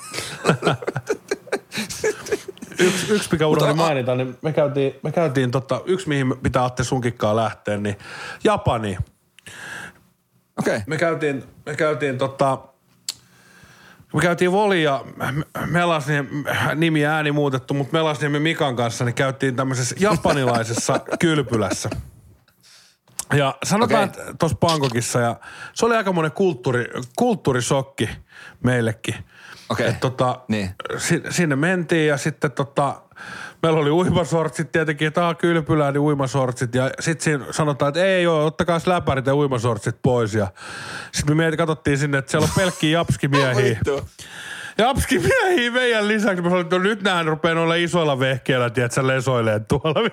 yksi, yksi mikä unohdin mainita, niin me käytiin, me käytiin tota, yksi mihin pitää Atte sunkikkaa lähteä, niin Japani. Okei. Okay. Me käytiin, me käytiin tota... Me käytiin Volia, Melasniemen, nimi ääni muutettu, mutta Melasniemen Mikan kanssa, niin käytiin tämmöisessä japanilaisessa kylpylässä. Ja sanotaan, okay. että tuossa Bangkokissa, ja se oli aikamoinen kulttuuri, kulttuurisokki meillekin. Okei, okay. tota, niin. Sinne mentiin ja sitten tota, meillä oli uimasortsit tietenkin, että aa kylpylää, niin uimasortsit. Ja sitten siinä sanotaan, että ei oo, ottakaa läpärit ja uimasortsit pois. Ja sitten me mietin, katsottiin sinne, että siellä on pelkkiä japskimiehiä. Japskimiehiä meidän lisäksi. Mä sanoin, että nyt nähän rupeaa noilla isoilla vehkeillä, tiedätkö, lesoilee tuolla.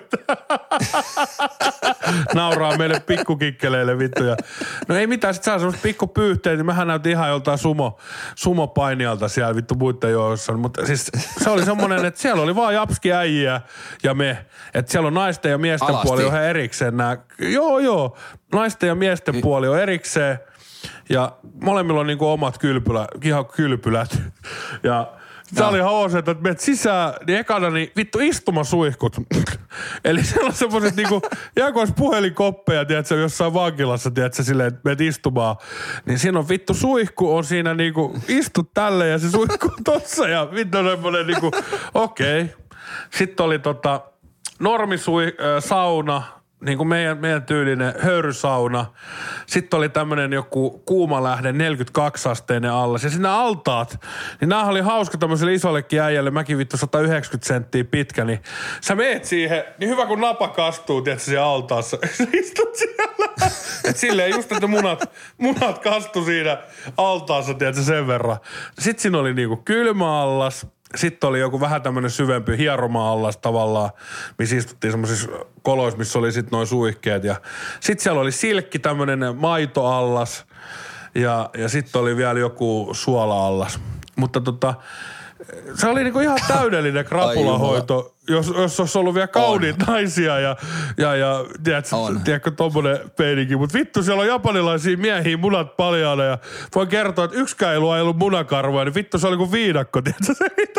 Nauraa meille pikkukikkeleille vittuja. No ei mitään, sit saa semmoset pikkupyyhteet, niin mähän näytin ihan joltain sumo, sumopainialta siellä vittu muiden joukossa. Mutta siis se oli semmonen, että siellä oli vaan japskiäjiä ja me. Että siellä on naisten ja miesten Alasti. puoli on erikseen nää. Joo, joo. Naisten ja miesten I- puoli on erikseen. Ja molemmilla on niinku omat kylpylä, ihan kylpylät. Ja se no. oli hauska, että menet sisään, niin ekana niin vittu istumasuihkut. Eli siellä on semmoiset niinku, ihan kuin olisi puhelinkoppeja, tiedätkö, jossain vankilassa, tiedätkö, silleen, että menet istumaan. Niin siinä on vittu suihku, on siinä niinku, istut tälle ja se suihku on tossa ja vittu on semmoinen niinku, okei. Okay. Sitten oli tota normisui, äh, sauna. Niin kuin meidän, meidän tyylinen höyrysauna. Sitten oli tämmönen joku kuumalähde, neljäkymmentäkaksi asteinen allas. Ja siinä altaat, niin näähän oli hauska tämmöiselle isollekin äijälle. Mäkin vittu sata yhdeksänkymmentä senttiä pitkä, niin sä meet siihen, niin hyvä kun napa kastuu, tiedätkö, siellä altaassa. Sä istut siellä. Et silleen just, että munat, munat kastu siinä altaassa, tiedätkö, sen verran. Sitten siinä oli niinku kylmä allas. Sitten oli joku vähän tämmönen syvempi hieroma-allas tavallaan, missä istuttiin semmoisissa koloissa, missä oli sitten noin suihkeet. Ja sitten siellä oli silkki tämmönen maitoallas ja, ja sitten oli vielä joku suola-allas. Mutta tota, se oli niinku ihan täydellinen krapulahoito, jos, jos olisi ollut vielä kauniit naisia ja, ja, ja tiedätkö, tiedätkö tommonen peininki. Mutta vittu, siellä on japanilaisia miehiä munat paljaana ja voin kertoa, että yksikään ei ollut ajellut munakarvoja, niin vittu se oli kuin viidakko, tiedätkö se mitä?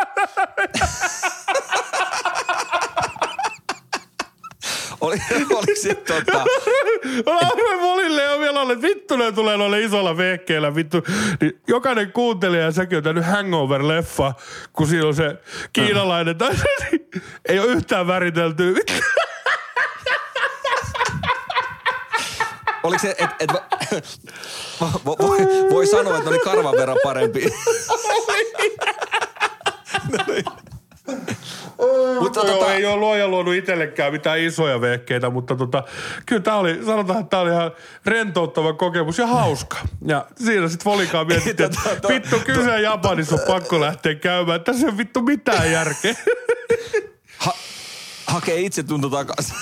Oli, oli sit tota... Molille on vielä ollut, että vittu ne tulee noille isolla vehkeillä, vittu. Niin jokainen kuuntelija ja säkin on tehnyt Hangover-leffa, kun siinä on se kiinalainen, tai ei ole yhtään väriteltyä. Oliko se, että et, voi, voi sanoa, että ne oli karvan verran parempi. No niin. Mutta tota, joo, ei ole luoja luonut itsellekään mitään isoja vehkeitä, mutta tota, kyllä tää oli, sanotaan, että tää oli ihan rentouttava kokemus ja hauska. Ja siinä sit Volikaan mietittiin, että vittu kyse Japanissa on pakko lähteä käymään. Tässä ei vittu mitään järkeä. Ha, hakee itse tunto takaisin.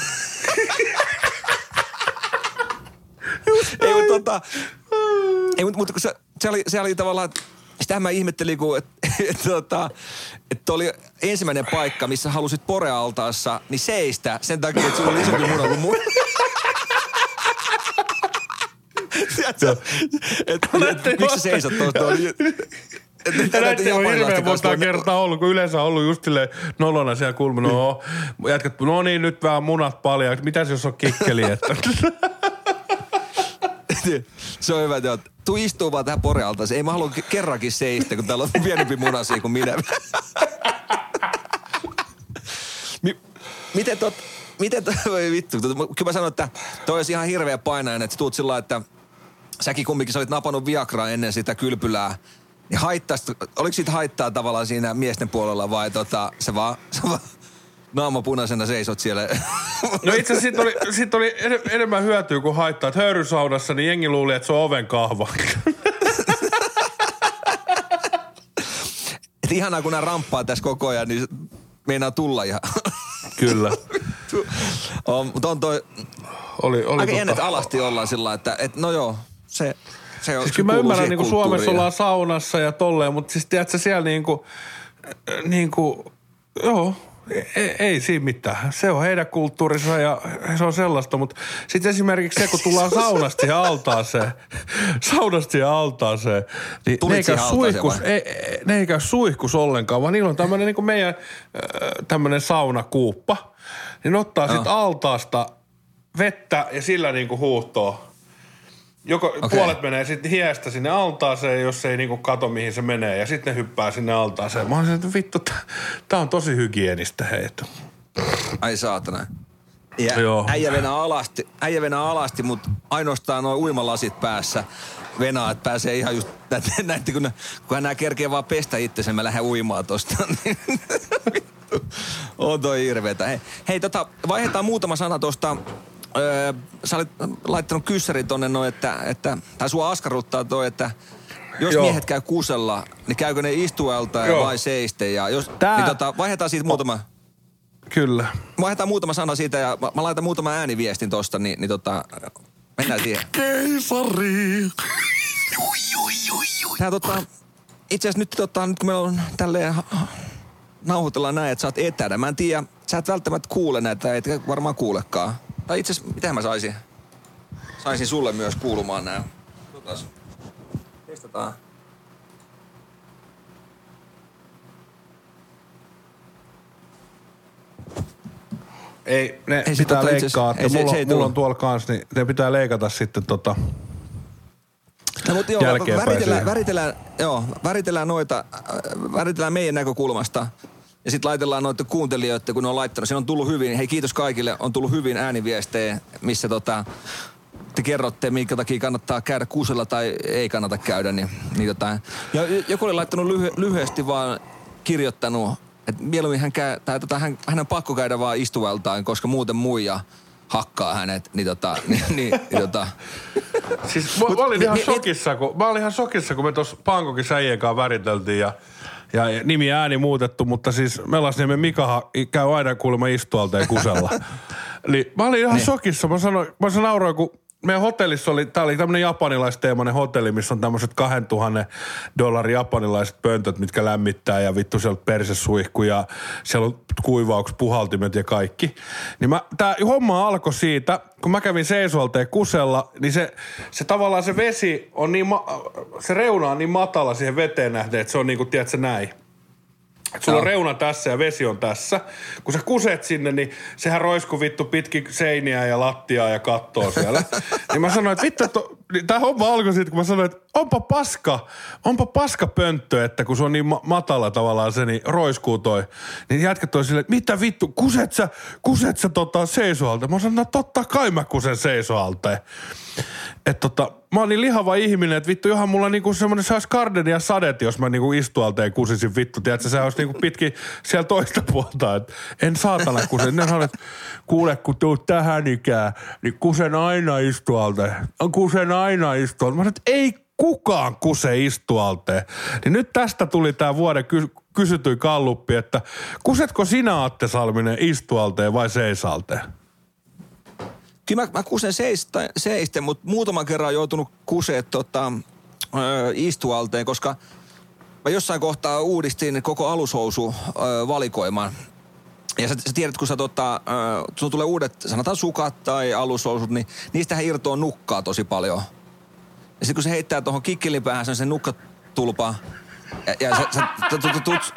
ei, mutta tota, ei, mutta, mutta kun se, se, oli, se oli tavallaan... Sitähän mä ihmettelin, kun että et, tota, et oli ensimmäinen paikka, missä halusit porealtaassa, niin seistä sen takia, että sulla oli isompi muna kuin mun. Tiedätkö, että et, miksi sä seisot tuosta? Ja näitä on hirveän monta kertaa ollut, kun yleensä on ollut just silleen nolona siellä kulmilla. No, jätkät, no niin, nyt vähän munat paljon. Mitäs jos on kikkeli, että... Se on hyvä, että tuu istuu vaan tähän porealtaaseen. Ei mä halua kerrankin seistä, kun täällä on pienempi munasia kuin minä. Miten tot... Miten toi... Vittu. Kyllä mä sanon, että toi olisi ihan hirveä painainen, että sä tuut sillä että säkin kumminkin sä olit napannut Viagraa ennen sitä kylpylää. Niin haittaisi... Oliko siitä haittaa tavallaan siinä miesten puolella vai tota... Se vaan... Se vaan naama punaisena seisot siellä. No itse asiassa siitä oli, siitä oli enemmän hyötyä kuin haittaa. Että höyrysaunassa niin jengi luuli, että se on oven kahva. Et ihanaa, kun nää ramppaa tässä koko ajan, niin meinaa tulla ihan. Kyllä. on, mutta on toi... Oli, oli aika jännä, että alasti ollaan sillä että et, no joo, se... Se on, siis kyllä mä ymmärrän, niin kuin Suomessa ollaan saunassa ja tolleen, mutta siis tiedätkö siellä niinku... Niinku... Joo... Ei, ei siinä mitään. Se on heidän kulttuurinsa ja se on sellaista, mutta sitten esimerkiksi se, kun tullaan saunasta siihen altaaseen, saunasta siihen altaaseen, niin ne ei, käy suihkus, ei, ne ei käy suihkus ollenkaan, vaan niillä on tämmöinen niin kuin meidän tämmöinen saunakuuppa, niin ne ottaa no. sitten altaasta vettä ja sillä niin kuin huuhtoo. Joko okay. Puolet menee sitten hiestä sinne altaaseen, jos ei niinku kato mihin se menee. Ja sitten ne hyppää sinne altaaseen. Mä olisin, että vittu, tää on tosi hygienistä heitä. Ai saatana. Ja äijä venää alasti, äijä venää alasti, mutta ainoastaan noin uimalasit päässä venaa, että pääsee ihan just, näette kun, kunhan nää kerkee vaan pestä itsensä, mä lähden uimaan tosta. On toi hirveetä. Hei, hei tota, vaihdetaan muutama sana tuosta. Öö, sä olit laittanut kyssärin tonne noin, että, että, tai sua askarruttaa toi, että jos Joo. miehet käy kusella, niin käykö ne istualta vai seiste? Ja jos, Tää... niin tota, vaihdetaan siitä muutama... Kyllä. Vaihdetaan muutama sana siitä ja mä, mä laitan muutama ääniviestin tosta, niin, niin tota, mennään siihen. Keisari! Tää tota, itse asiassa nyt, tota, nyt kun meillä on tälleen nauhoitellaan näin, että sä oot etänä. Mä en tiedä, sä et välttämättä kuule näitä, etkä varmaan kuulekaan. Tai itse asiassa, mitähän mä saisin? Saisin sulle myös kuulumaan nää. Otas. Testataan. Ei, ne ei pitää tota leikkaa. Ei, mulla, se, se mulla on tuolla kans, niin ne pitää leikata sitten tota no, mutta joo, väritellään, väritellään, joo, väritellään noita, väritellään meidän näkökulmasta. Ja sitten laitellaan noita kuuntelijoita, kun ne on laittanut. Siinä on tullut hyvin, hei kiitos kaikille, on tullut hyvin ääniviestejä, missä tota, te kerrotte, minkä takia kannattaa käydä kusella tai ei kannata käydä. Niin, niin tota. Ja joku oli laittanut lyhy- lyhyesti vaan kirjoittanut, että mieluummin hän, käy, tai tota, hän, hän on pakko käydä vaan istuvaltaan, koska muuten muija hakkaa hänet. Niin tota, niin, niin, niin tota. Siis mä, mä olin ihan mi, shokissa, kun, mä olin ihan shokissa, kun me tuossa Pankokin säijien kanssa väriteltiin ja Ja nimi ääni muutettu, mutta siis Melasniemen Mikahan käy aina kuulemma istualta ja kusella. Niin mä olin ihan ne. shokissa. Mä sanoin, mä sanoin nauroin, kun meidän hotellissa oli, tää oli tämmönen japanilaisteemainen hotelli, missä on tämmöiset kahdentuhannen dollarin japanilaiset pöntöt, mitkä lämmittää ja vittu siellä persesuihku ja siellä on kuivauks, puhaltimet ja kaikki. Niin mä, tää homma alkoi siitä, kun mä kävin seisoalta ja kusella, niin se, se tavallaan se vesi on niin, ma- se reuna on niin matala siihen veteen nähden, että se on niinku, tiedätkö, näin. Että sulla on reuna tässä ja vesi on tässä. Kun sä kuset sinne, niin sehän roiskuu vittu pitkin seiniä ja lattiaa ja kattoo siellä. Niin mä sanoin, että vittu, to, niin tää homma alkoi siitä, kun mä sanoin, että onpa paska, onpa paska pönttö, että kun se on niin ma- matala tavallaan se, niin roiskuu toi. Niin jätkät toi silleen, että mitä vittu, kuset sä, kuset sä tota seisoalta? Mä sanoin, no totta kai mä kusen seisoalta. Että tota, mä oon niin lihava ihminen, että vittu, johan mulla niinku semmonen, se olisi Gardenia sadet, jos mä niinku istualteen kusisin vittu. Tiedätkö, se olisi niinku pitkin siellä toista puolta, että en saatana kusen. Ne sanoo, että kuule, kun tuut tähän ikään, niin kusen aina istualteen. Kusen aina istualteen. Mä sanoin, että ei kukaan kuse istualteen. Niin nyt tästä tuli tää vuoden ky- kysytyin kalluppi, että kusetko sinä, Atte Salminen, istualteen vai seisalteen? Kyllä mä, mä kusen seistä, seiste, mutta muutaman kerran on joutunut kuseet tota, ö, istualteen, koska mä jossain kohtaa uudistin koko alushousu ö, valikoiman. Ja sä, sä tiedät, kun sä tota, ö, sulla tulee uudet, sanotaan sukat tai alushousut, niin niistähän irtoaa nukkaa tosi paljon. Ja sitten kun se heittää tuohon kikkelin päähän sen nukkatulpa, ja, ja sä, sä tuut...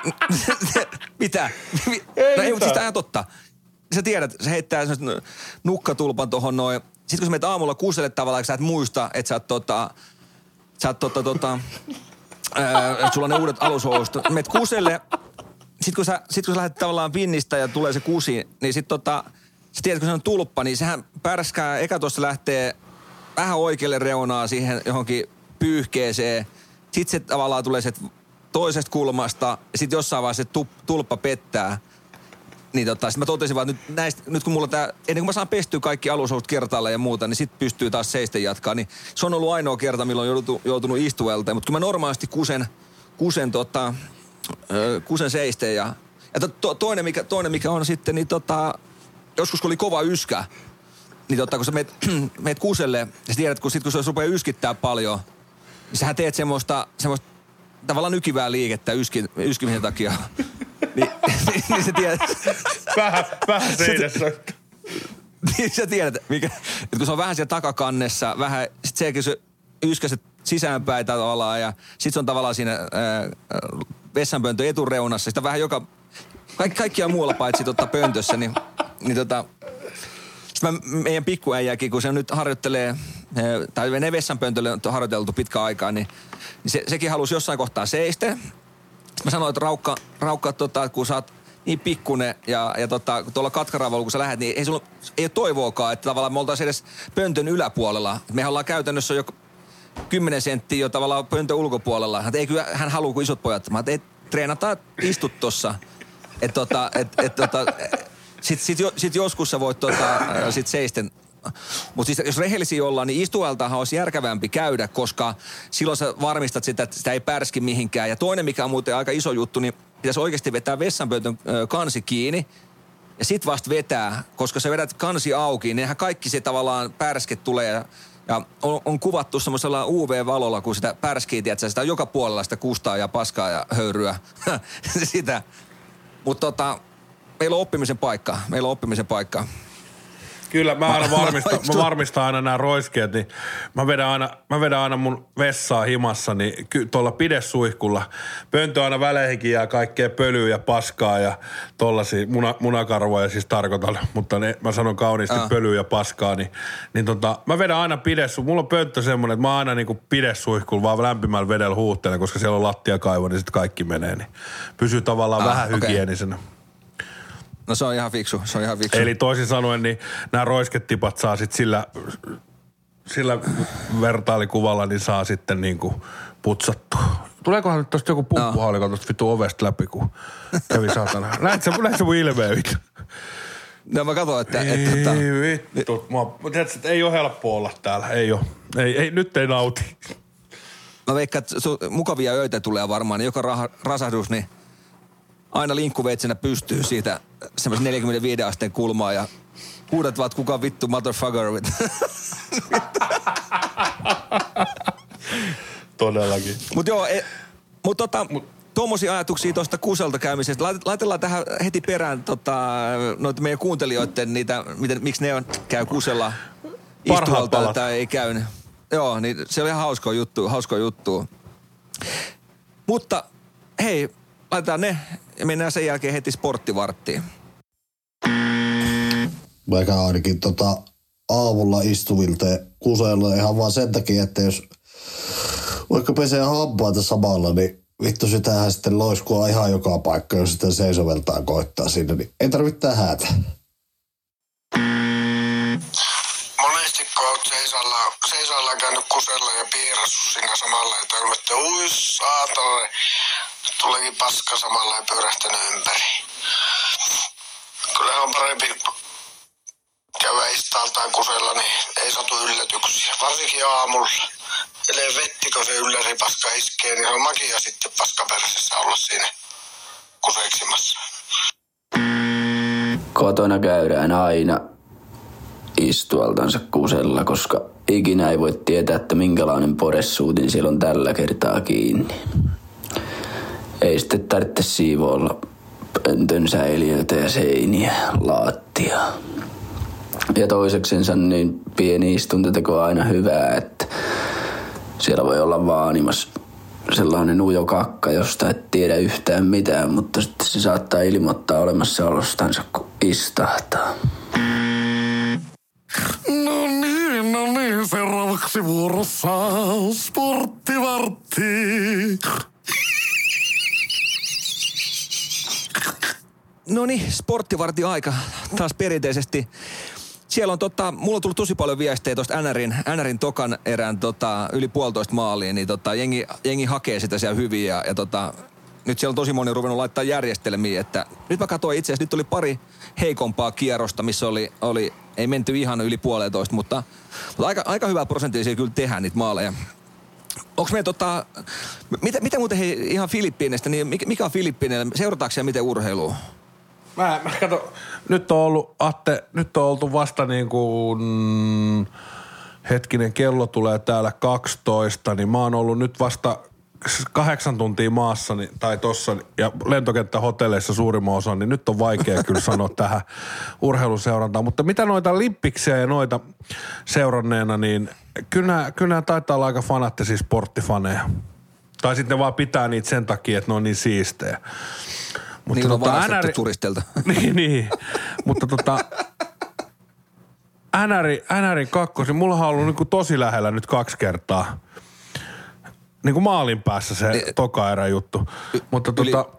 Mitä? Ei no ei, mutta siis tää on totta. Sä tiedät, se heittää semmoisen nukkatulpan tohon noin. Sitten kun sä menet aamulla kuselle tavallaan, sä et muista, että sä oot tota... Sä oot tota tota... ää, että sulla on ne uudet alushousut. Menet kuselle. Sitten kun sä, sit kun sä lähdet tavallaan vinnistä ja tulee se kusi, niin sit tota... Sä tiedät, kun se on tulppa, niin sehän pärskää, eka tuossa lähtee vähän oikealle reunaa siihen johonkin pyyhkeeseen. Sitten se tavallaan tulee se toisesta kulmasta ja sitten jossain vaiheessa se tup, tulppa pettää. Niin tota, sit mä totesin vaan, että nyt, näistä, nyt kun mulla tää, ennen kuin mä saan pestyä kaikki alushousut kertaalle ja muuta, niin sit pystyy taas seisten jatkaa. Niin se on ollut ainoa kerta, milloin on joutunut, joutunut istuelta. Mutta kun mä normaalisti kusen, kusen, tota, ö, kusen seisteen ja, ja to, toinen, mikä, toinen mikä on sitten, niin tota, joskus kun oli kova yskä, niin tota, kun sä meet, meet kuselle ja sä tiedät, kun sit kun se rupeaa yskittää paljon, niin sähän teet semmoista, semmoista tavallaan nykivää liikettä yski, yskimisen takia. Niin, niin, niin sä tiedät. Vähän, vähän seinässä. Niin sä tiedät, mikä, että kun se on vähän siellä takakannessa, vähän, sit se, kun se yskäset sisäänpäin tavallaan ja sit se on tavallaan siinä ää, vessanpöntön etureunassa, sitä vähän joka, kaikki, kaikkia muualla paitsi totta pöntössä, niin, niin tota, sit mä, meidän pikkuäijäkin, kun se nyt harjoittelee, tai ne vessanpöntölle on harjoiteltu pitkään aikaa, niin, niin se, sekin halusi jossain kohtaa seistä. Mä sanoin, että Raukka, Raukka tota, kun sä oot niin pikkunen ja, ja tota, tuolla katkaravolla, kun sä lähdet, niin ei sulla ei ole toivoakaan, että tavallaan me oltaisiin edes pöntön yläpuolella. Me ollaan käytännössä jo kymmenen senttiä jo tavallaan pöntön ulkopuolella. Että ei kyllä, hän haluu kuin isot pojat. Mä että treenataan, istut tossa. Että tota, et, et tota, sit, sit, sit joskus sä voit tota, sit seisten. Mutta siis jos rehellisiä ollaan, niin istualtahan olisi järkevämpi käydä, koska silloin sä varmistat sitä, että sitä ei pärski mihinkään. Ja toinen, mikä on muuten aika iso juttu, niin pitäisi oikeasti vetää vessanpöytön kansi kiinni ja sit vasta vetää, koska sä vedät kansi auki, niin nehän kaikki se tavallaan pärsket tulee ja, ja on, on kuvattu semmoisella U V-valolla, kun sitä pärskii, tiedätkö, sitä on joka puolella sitä kustaa ja paskaa ja höyryä. sitä. Mutta tota, meillä on oppimisen paikka, meillä on oppimisen paikka. Kyllä, mä aina varmistan, mä varmistan aina nämä roiskeet, niin mä vedän aina, mä vedän aina mun vessaa himassa, niin ky, tuolla pidesuihkulla. Pöntö aina väleihinkin jää kaikkea pölyä ja paskaa ja tollasia muna, munakarvoja siis tarkoitan, mutta ne, mä sanon kauniisti ah. pölyä ja paskaa, niin, niin tota, mä vedän aina pidesuihkulla. Mulla on pönttö semmonen, että mä aina niinku pidesuihkulla vaan lämpimällä vedellä huuhtelen, koska siellä on lattiakaivo, niin sit kaikki menee, niin pysyy tavallaan ah, vähän okay. hygienisenä. No se on ihan fiksu, se on ihan fiksu. Eli toisin sanoen, niin nämä roisketipat saa sitten sillä, sillä vertailikuvalla, niin saa sitten niinku putsattua. Tuleekohan nyt tosta joku pumppuhaulikko no. tosta vittu ovesta läpi, kun kävi saatana. Näet sä, näet sä mun ilmeet? No mä katsoin, että... Ei että, että vittu, mä tiedätkö, että ei ole helppo olla täällä, ei ole. Ei, ei, nyt ei nauti. Mä veikkaan, että mukavia öitä tulee varmaan, niin joka rah, rasahdus, niin aina linkkuveitsenä pystyy siitä semmoisen neljäkymmentäviisi asteen kulmaa ja huudat vaan, kuka vittu motherfucker. Todellakin. Mut joo, e, mut tota, mut, tuommoisia ajatuksia tuosta kuselta käymisestä. Laitellaan tähän heti perään tota, noita meidän kuuntelijoiden niitä, miten, miksi ne on, käy kusella istualta tai ei käy. Joo, niin se oli ihan hauskoa juttua, hauskoa juttua. Mutta hei, laitetaan ne ja mennään sen jälkeen heti sporttivarttiin. Vaikka ainakin tota aamulla istuvilta kusella ihan vaan sen takia, että jos vaikka pesee hampaita samalla, niin vittu sitähän sitten loiskua ihan joka paikka, jos sitä seisoveltaan koittaa sinne, niin ei tarvitse tehdä häätä. Monesti kun oot seisalla, seisalla käynyt kusella ja piirassu siinä samalla ja tölmättä, ui saatana, tuleekin paska samalla ja pyörähtänyt ympäri. Kyllähän on parempi käydä istaaltaan kusella, niin ei satu yllätyksiä. Varsinkin aamulla. Eleen vetti, kun se ylläri paska iskee, niin on magia sitten paskaperäisessä olla siinä kuseksimassa. Kotona käydään aina istualtansa kusella, koska ikinä ei voi tietää, että minkälainen poressuutin siellä on tällä kertaa kiinni. Ei sitten tarvitse siivoilla pöntön säiliöitä ja seiniä, laattiaa. Ja toiseksensa niin pieni istuntoteko on aina hyvää, että siellä voi olla vaanimassa sellainen ujo kakka, josta et tiedä yhtään mitään, mutta sitten se saattaa ilmoittaa olemassaolostansa, kun istahtaa. No niin, no niin, seuraavaksi vuorossa sporttivartti. No niin, sporttivartin aika taas perinteisesti. Siellä on tota, mulla on tullut tosi paljon viestejä tuosta N R:n, N R:n tokan erään tota, yli puolitoista maaliin, niin tota, jengi, jengi hakee sitä siellä hyvin ja, ja tota, nyt siellä on tosi moni ruvennut laittaa järjestelmiä, että nyt mä katsoin itse asiassa, nyt oli pari heikompaa kierrosta, missä oli, oli ei menty ihan yli puolitoista, mutta, mutta aika, aika hyvää prosenttia siellä kyllä tehdään niitä maaleja. Onko me tota, mitä, mitä muuten hei, ihan Filippiinestä, niin mikä on Filippiineillä, seurataanko siellä miten urheilua? Mä, mä kato, nyt on ollut, Atte, nyt on oltu vasta niin kuin, hetkinen, kello tulee täällä kaksitoista, niin mä oon ollut nyt vasta kahdeksan tuntia maassa, niin, tai tossa, ja lentokenttähotelleissa suurimman osan, niin nyt on vaikea kyllä sanoa tähän urheiluseurantaan. Mutta mitä noita lippiksiä ja noita seuranneena, niin kyllä, kyllä nämä taitaa olla aika fanaattisia sporttifaneja. Tai sitten ne vaan pitää niitä sen takia, että ne on niin siistejä. Mutta niin tota, on varastettu N R... turistilta. niin, niin. Mutta tota, N R, N R:n kakkosi, mullahan on ollut niinku tosi lähellä nyt kaksi kertaa. Niinku maalin päässä se e, toka erä juttu. Y, Mutta yli... tota,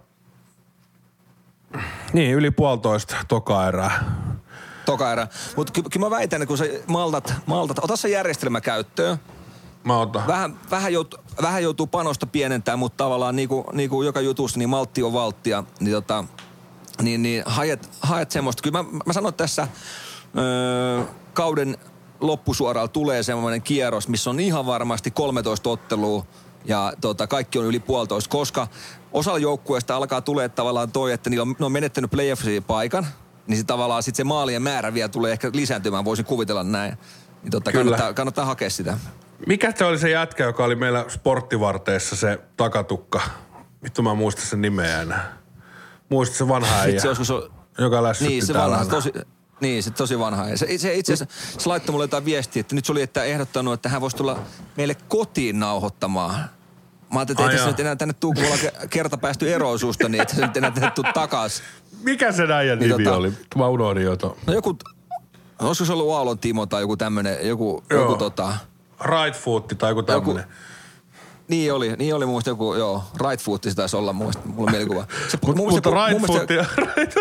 niin, yli puolitoista toka erää. Toka erä. Mutta ky- kyllä mä väitän, että kun sä maltat, maltat, ota se järjestelmä käyttöön. Mä otan. Vähän, vähän, joutu, vähän joutuu panosta pienentää, mutta tavallaan niin kuin, niin kuin joka jutussa, niin maltti on valttia. Niin tota, niin, niin haet, haet semmoista. Kyllä mä, mä sanon tässä öö, kauden loppusuoralla tulee semmoinen kierros, missä on ihan varmasti kolmetoista ottelua ja tota, kaikki on yli puolitoista, koska osalla joukkueesta alkaa tulee tavallaan toi, että niillä on, ne on menettänyt playoffsiin paikan, niin se tavallaan sitten se maalien määrä vielä tulee ehkä lisääntymään, voisin kuvitella näin. Niin tota, kannattaa, kannattaa hakea sitä. Mikä se oli se jätkä, joka oli meillä sporttivarteessa, se takatukka? Vittu mä muistan sen nimeä enää. Muistat se vanha äijä, se, joka lässytti niin, se täällä. Vanha, tosi, niin, se tosi vanha äijä. Se, se itse asiassa se laittoi mulle jotain viestiä, että nyt se oli että ehdottanut, että hän voisi tulla meille kotiin nauhoittamaan. Mä ajattelin, että ei tässä nyt enää tänne tuu, kun ollaan kerta päästy eroon susta, niin että se nyt enää tänne tuu takas. Mikä sen äijän niin nimi tota, oli? Mä unohdin jo to. No joku, olisiko se ollut Aallon Timo tai joku tämmönen, joku, joku tota... Right Foot tai joku tämmönen. Joku, niin oli, niin oli muista joku, joo, Right Foot se taisi olla muista, mulla on mielikuva. Se, Mut, mun mutta mielestä, Right Foot ja...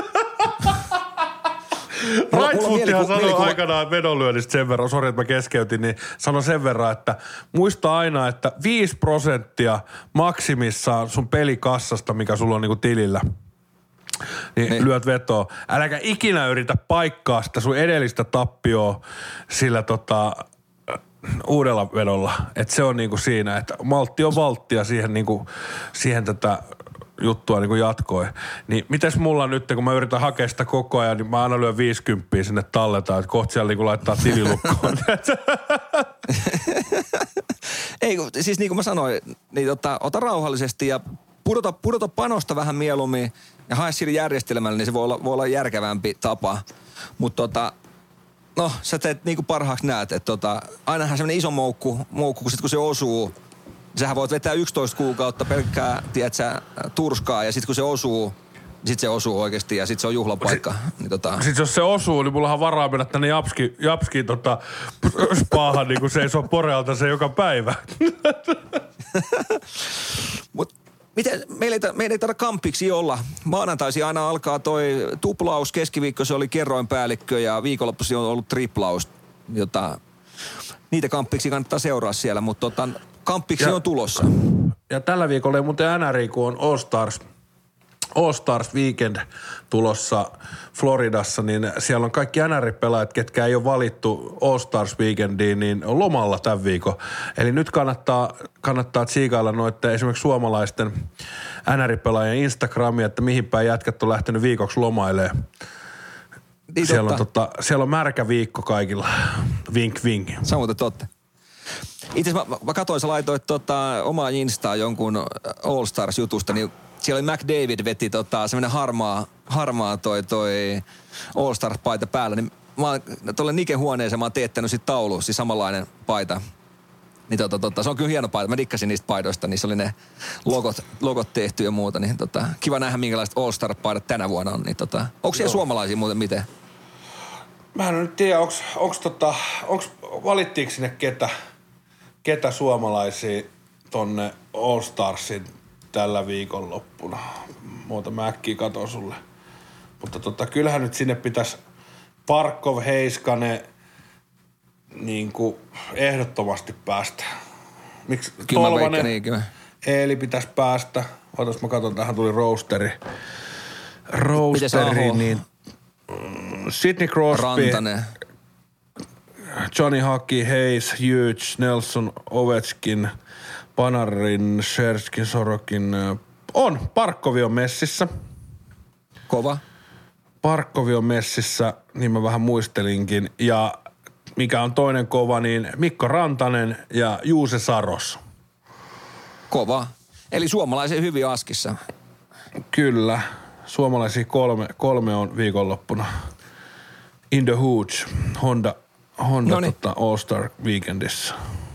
Right Footihan sanoi mielikuva. Aikanaan vedonlyönnistä sen verran, sori että mä keskeytin, niin sanoi sen verran, että muista aina, että viisi prosenttia maksimissaan sun pelikassasta, mikä sulla on niinku tilillä, niin, niin lyöt vetoa. Äläkä ikinä yritä paikkaa sitä sun edellistä tappioa sillä tota... uudella vedolla. Että se on niinku siinä, että maltti on valttia siihen, niinku, siihen tätä juttua niinku jatkoi. Niin mites mulla nyt, kun mä yritän hakea sitä koko ajan, niin mä aina lyön viisikymppiä sinne talletaan, että kohta siellä niinku laittaa tililukkoon. Ei, siis niin kuin mä sanoin, niin tota, ota rauhallisesti ja pudota, pudota panosta vähän mieluummin ja hae sillä järjestelmällä, niin se voi olla, voi olla järkevämpi tapa. Mutta tota, no, sä teet niin kuin parhaaksi näet, että tota, ainahan semmoinen iso moukku, moukku kun, sit, kun se osuu, sähän voit vetää yksitoista kuukautta pelkkää, tiedätkö, turskaa ja sitten kun se osuu, sitten se osuu oikeasti ja sitten se on juhlapaikka. Sit, niin tota... Sitten jos se osuu, niin mullahan varaa mennä tänne Japski, Japskiin tota, spaahan, niin kuin se ei se ole Porealta se joka päivä. Mut miten, meillä ei, meillä ei tarvitse kampiksi olla. Maanantaisi aina alkaa toi tuplaus, keskiviikko se oli kerroinpäällikkö ja viikonloppuisin on ollut triplaus. Jota, niitä kampiksi kannattaa seuraa siellä, mutta tota, kampiksi ja, on tulossa. Ja tällä viikolla ei muuten N R I, kun on All Stars, All Stars Weekend tulossa Floridassa, niin siellä on kaikki N R I-pelaajat, ketkä ei ole valittu All Stars Weekendiin, niin on lomalla tämän viikon. Eli nyt kannattaa, kannattaa tsiikailla noitten esimerkiksi suomalaisten N R I-pelaajien Instagramia, että mihin päin jätkät on lähtenyt viikoksi lomailemaan. Niin siellä, on, tota, siellä on märkä viikko kaikilla. Vink, vink. Se on muuten totta. Itse asiassa mä, mä katsoin, sä laitoit tota, omaa Instaa jonkun All Stars-jutusta, niin siellä oli McDavid veti tota, semmoinen harmaa, harmaa toi, toi All Stars-paita päällä. Niin mä oon tuolle Niken huoneeseen, mä oon teettänyt sit taulu, siis samanlainen paita. Niin tota, tota, se on kyllä hieno paita. Mä dikkasin niistä paidoista, niissä oli ne logot, logot tehty ja muuta. Niin tota, kiva nähdä, minkälaiset All Star-paidat tänä vuonna on. Niin tota, onko siellä suomalaisia muuten miten? Mä en nyt tiedä, onks, onks tota, onks, valittiinko sinne ketä, ketä suomalaisia tonne All Starsin tällä viikonloppuna. Muuta mä äkkiä katon sulle. Mutta tota, kyllähän nyt sinne pitäisi Parkov, Heiskanen niin kuin ehdottomasti päästä. Miksi Tolvanen, niin, Eeli pitäisi päästä. Otas mä katon, tähän tuli roasteri. Roasteri, niin Sidney Crosby, Rantanen, Johnny Hockey, Hayes, Hughes, Nelson, Ovechkin, Panarin, Sherskin, Sorokin. On, Parkkovi on messissä. Kova. Parkkovi on messissä, niin mä vähän muistelinkin. Ja mikä on toinen kova, niin Mikko Rantanen ja Juuse Saros. Kova. Eli suomalaisen hyvin askissa. Kyllä. Suomalaisia kolme, kolme on viikonloppuna. In the Hooch, Honda, Honda tota All Star Weekendissä.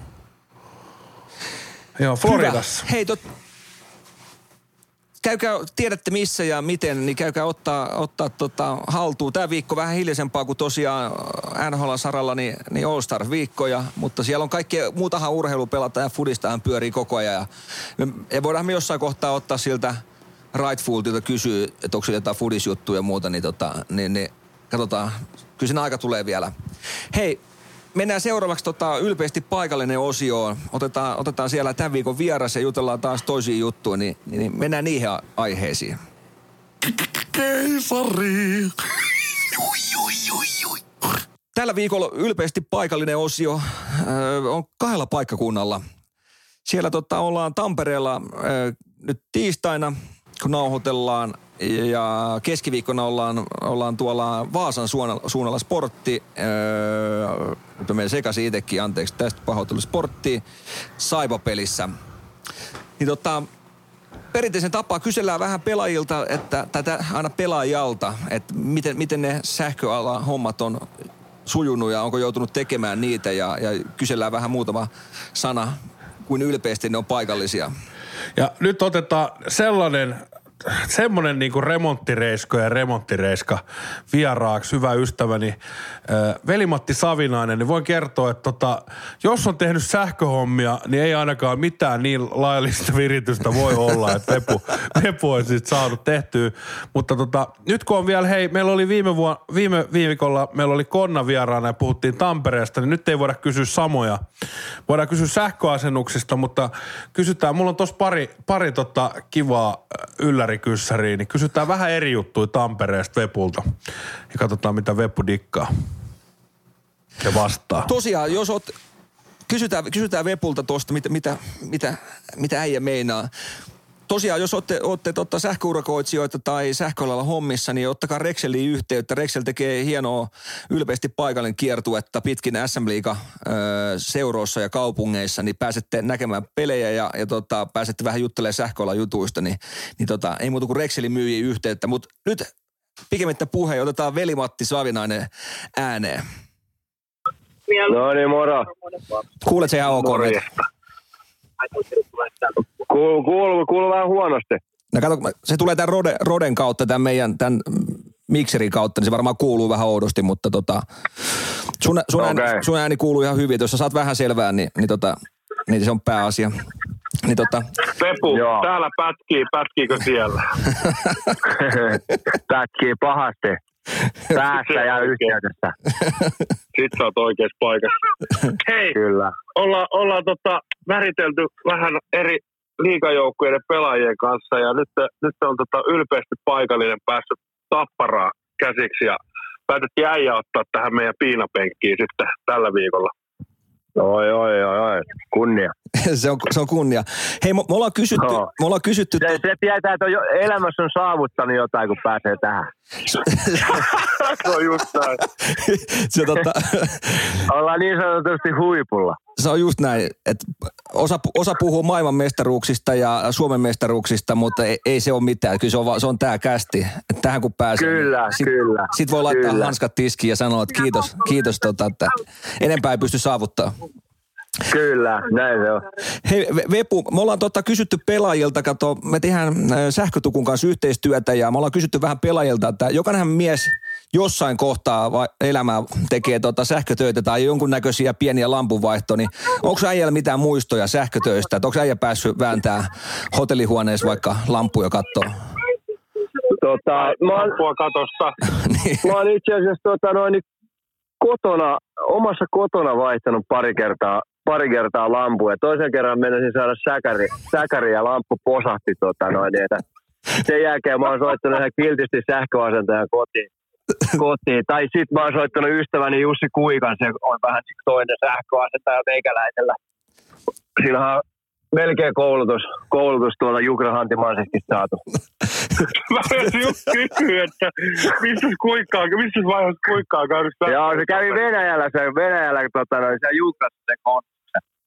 Joo, Floridassa. Hyvä. Hei, tot... käykää, tiedätte missä ja miten, niin käykää ottaa, ottaa tota haltuun. Tämä viikko vähän hiljaisempaa kuin tosiaan N H L-saralla, niin, niin All Star viikkoja, mutta siellä on kaikkea muutahan urheilu pelataan ja foodistahan pyörii koko ajan. Ja, ja voidaan me jossain kohtaa ottaa siltä Rightfultilta kysyä, että onko se jotain foodisjuttuja ja muuta, niin, tota, niin, niin katsotaan. Kyllä sen aika tulee vielä. Hei, mennään seuraavaksi tota, ylpeästi paikallinen osioon. Otetaan, otetaan siellä tämän viikon vieras ja jutellaan taas toisiin juttuja, niin, niin mennään niihin aiheisiin. keisari. Tällä viikolla ylpeästi paikallinen osio äh, on kahdella paikkakunnalla. Siellä tota, ollaan Tampereella äh, nyt tiistaina, kun nauhoitellaan, ja keskiviikkona ollaan, ollaan tuolla Vaasan suunnalla, suunnalla Sportti. Äh, nyt on meidän sekaisin itsekin, anteeksi tästä pahoittelu Sportti Saipa-pelissä. Niin tota, perinteisen tapaa kysellään vähän pelaajilta, että, tai aina pelaajalta, että miten, miten ne sähköalan hommat on sujunut ja onko joutunut tekemään niitä, ja, ja kysellään vähän muutama sana, kuin ylpeästi ne on paikallisia. Ja nyt otetaan sellainen, semmoinen niinku remonttireisko ja remonttireiska vieraaksi, hyvä ystäväni äh, Veli-Matti Savinainen, niin voin kertoa, että tota, jos on tehnyt sähköhommia, niin ei ainakaan mitään niin laillista viritystä voi olla, että Vepu, Vepu on sitten saanut tehtyä. Mutta tota, nyt kun on vielä, hei, meillä oli viime, vuonna, viime viikolla, meillä oli Konna vieraana ja puhuttiin Tampereesta, niin nyt ei voida kysyä samoja. Voidaan kysyä sähköasennuksista, mutta kysytään, mulla on tossa pari, pari tota kivaa yllärikyssäriä, niin kysytään vähän eri juttuja Tampereesta Vepulta. Ja katsotaan, mitä Vepu dikkaa. Ja vastaa. Tosiaan, jos oot, kysytään, kysytään Vepulta tuosta, mitä, mitä, mitä, mitä äijä meinaa. Tosiaan, jos olette, olette totta sähköurakoitsijoita tai sähköalalla hommissa, niin ottakaa Rexeliin yhteyttä. Rexel tekee hienoa, ylpeästi paikallinen kiertuetta pitkin S M-liiga seuroissa ja kaupungeissa, niin pääsette näkemään pelejä ja, ja tota, pääsette vähän juttelemaan sähköalan jutuista, niin, niin tota, ei muuta kuin Rexelin myyjiä yhteyttä. Mutta nyt pikemmittä puheen otetaan Veli-Matti Savinainen ääneen. No niin, moro. Kuulet se ihan ok? Kuuluu, kuuluu, kuuluu vähän huonosti. No kato, se tulee tämän Rode, Roden kautta, tämän meidän, tämän mikserin kautta, niin se varmaan kuuluu vähän oudosti, mutta tota, sun, sun, okay. ääni, sun ääni kuuluu ihan hyvin. Jos sä saat vähän selvää, niin, niin, tota, niin se on pääasia. Niin tota... Pepu, joo. Täällä pätkii, pätkiikö siellä? Pätkii pahasti. Päässä ja yhteydessä. Sitten sä oot oikeassa paikassa. Hei, kyllä. Olla, ollaan tota, väritelty vähän eri liigajoukkueiden pelaajien kanssa ja nyt, nyt on tota, ylpeästi paikallinen päässyt Tapparaa käsiksi ja päätettiin äijä ottaa tähän meidän piinapenkkiin sitten tällä viikolla. Oi, oi, oi, oi. Kunnia. se, on, se on kunnia. Hei, me, me ollaan kysytty... No. Me ollaan kysytty se, se tietää, että on jo, elämässä on saavuttanut jotain, kun pääsee tähän. Se on just näin. se, tota... Ollaan niin sanotusti huipulla. Se on just näin, että osa, osa puhuu maailman mestaruuksista ja Suomen mestaruuksista, mutta ei, ei se ole mitään. Kyllä se on, se on tää kästi. Että tähän kun pääsee. Kyllä, sit, kyllä. Sit voi laittaa kyllä. hanskat tiskiin ja sanoa, että kiitos, kiitos tota, että enempää ei pysty saavuttaa. Kyllä, näin se on. Hei Vepu, me ollaan totta kysytty pelaajilta, kato, me tehdään Sähkötukun kanssa yhteistyötä ja me ollaan kysytty vähän pelaajilta, että jokainen mies jossain kohtaa elämää tekee tota sähkötöitä tai jonkunnäköisiä pieniä lampunvaihtoja, niin onko äijällä mitään muistoja sähkötöistä? Onko äijä päässyt vääntämään hotellihuoneessa vaikka lampuja kattoon? Tota, mä oon, Lampua katosta. niin. Mä oon itse asiassa tota, noin, kotona, omassa kotona vaihtanut pari kertaa, pari kertaa lampuja. Toisen kerran menisin saada säkäri, säkäri ja lamppu posahti. Tota, noin, että sen jälkeen mä oon soittanut ihan kiltisti sähköasentajan kotiin. kotiin. Tai sit mä oon soittanut ystäväni Jussi Kuikan, se on vähän toinen sähköasentaja meikäläisellä. Siinä on melkein koulutus, koulutus tuolla Jukra Hantimaisestakin saatu. Mä olisin just kysyä, että missä kuikkaa, missä vaiheessa kuikkaa on käynyt sähköä? Joo, se kävi Venäjällä, se Venäjällä, tota, noin, se Jukrassa sen koulutuksen.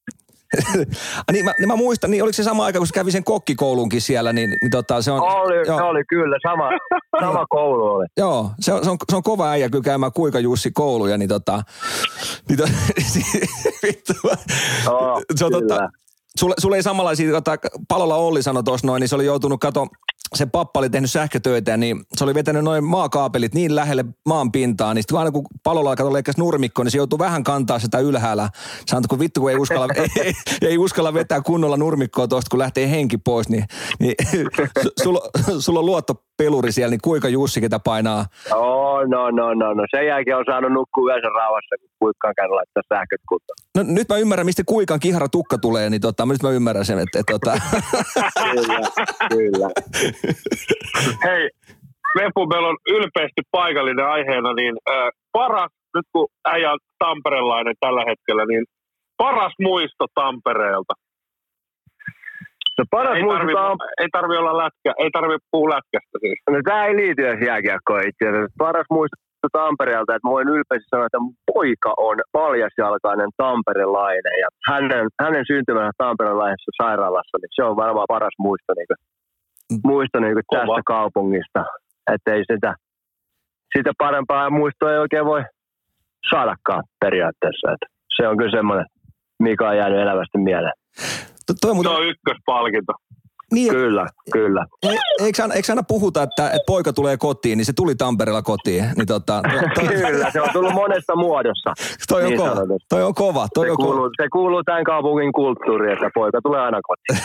niin, mä, niin mä muistan, niin oliko se sama aika, kun se kävi sen kokkikoulunkin siellä, niin, niin tota, se on... Oli, se oli kyllä, sama, sama koulu oli. Joo, se on, se on, se on kova äijä kyllä käymään Kuika Jussi kouluja, niin tota... Niin to, vittu. Oh, se on tota... Sulle, sulle ei samanlaisia, tota, Palola Olli sanoi tuossa noin, niin se oli joutunut, kato, se pappa oli tehnyt sähkötöitä, niin se oli vetänyt noin maakaapelit niin lähelle maan pintaan, niin sitten aina kun Palola kato leikkasi nurmikkoon, niin se joutui vähän kantaa sitä ylhäällä. Sanoit, kun vittu kun ei uskalla, ei, ei uskalla vetää kunnolla nurmikkoa tuosta, kun lähtee henki pois, niin, niin sulla sul on luottopeluri siellä, niin kuinka Jussi, ketä painaa? Oh, no, no, no, no. Sen jälkeen on saanut nukkua yönsä rauhassa, kun Kuikkaan käydä laittaa sähköt kuntoon. No nyt mä ymmärrän, mistä Kuikan kihara tukka tulee, niin tota, nyt mä ymmärrän sen, että... että tota... kyllä, kyllä. Hei, Vepu, meillä on ylpeästi paikallinen aiheena, niin äh, paras, nyt kun äijä on tamperelainen tällä hetkellä, niin paras muisto Tampereelta. No paras ei, muisto tarvi, on... ei tarvi olla lätkä, ei tarvi puhua lätkästä siis. No tää ei liity edes jääkiekkoon itse asiassa. Paras muisto Tampereelta, että mä voin ylpeästi sanoa, että mun poika on paljasjalkainen tamperelainen ja hänen, hänen syntymänsä tamperelaisessa sairaalassa, niin se on varmaan paras muisto, niin kuin, muisto niin kuin tästä kaupungista. Että ei sitä, sitä parempaa muistoa ei oikein voi saadakaan periaatteessa. Että se on kyllä semmoinen, mikä on jäänyt elävästi mieleen. Toi muuten... Se on ykköspalkinto. Niin, kyllä, kyllä. E, eikö, aina, eikö aina puhuta, että, että poika tulee kotiin, niin se tuli Tampereella kotiin? Niin tota, to, to, kyllä, se on tullut monessa muodossa. Toi on niin kova, toi on kova. Toi se, on kuuluu, kova. se kuuluu tämän kaupungin kulttuuriin, että poika tulee aina kotiin.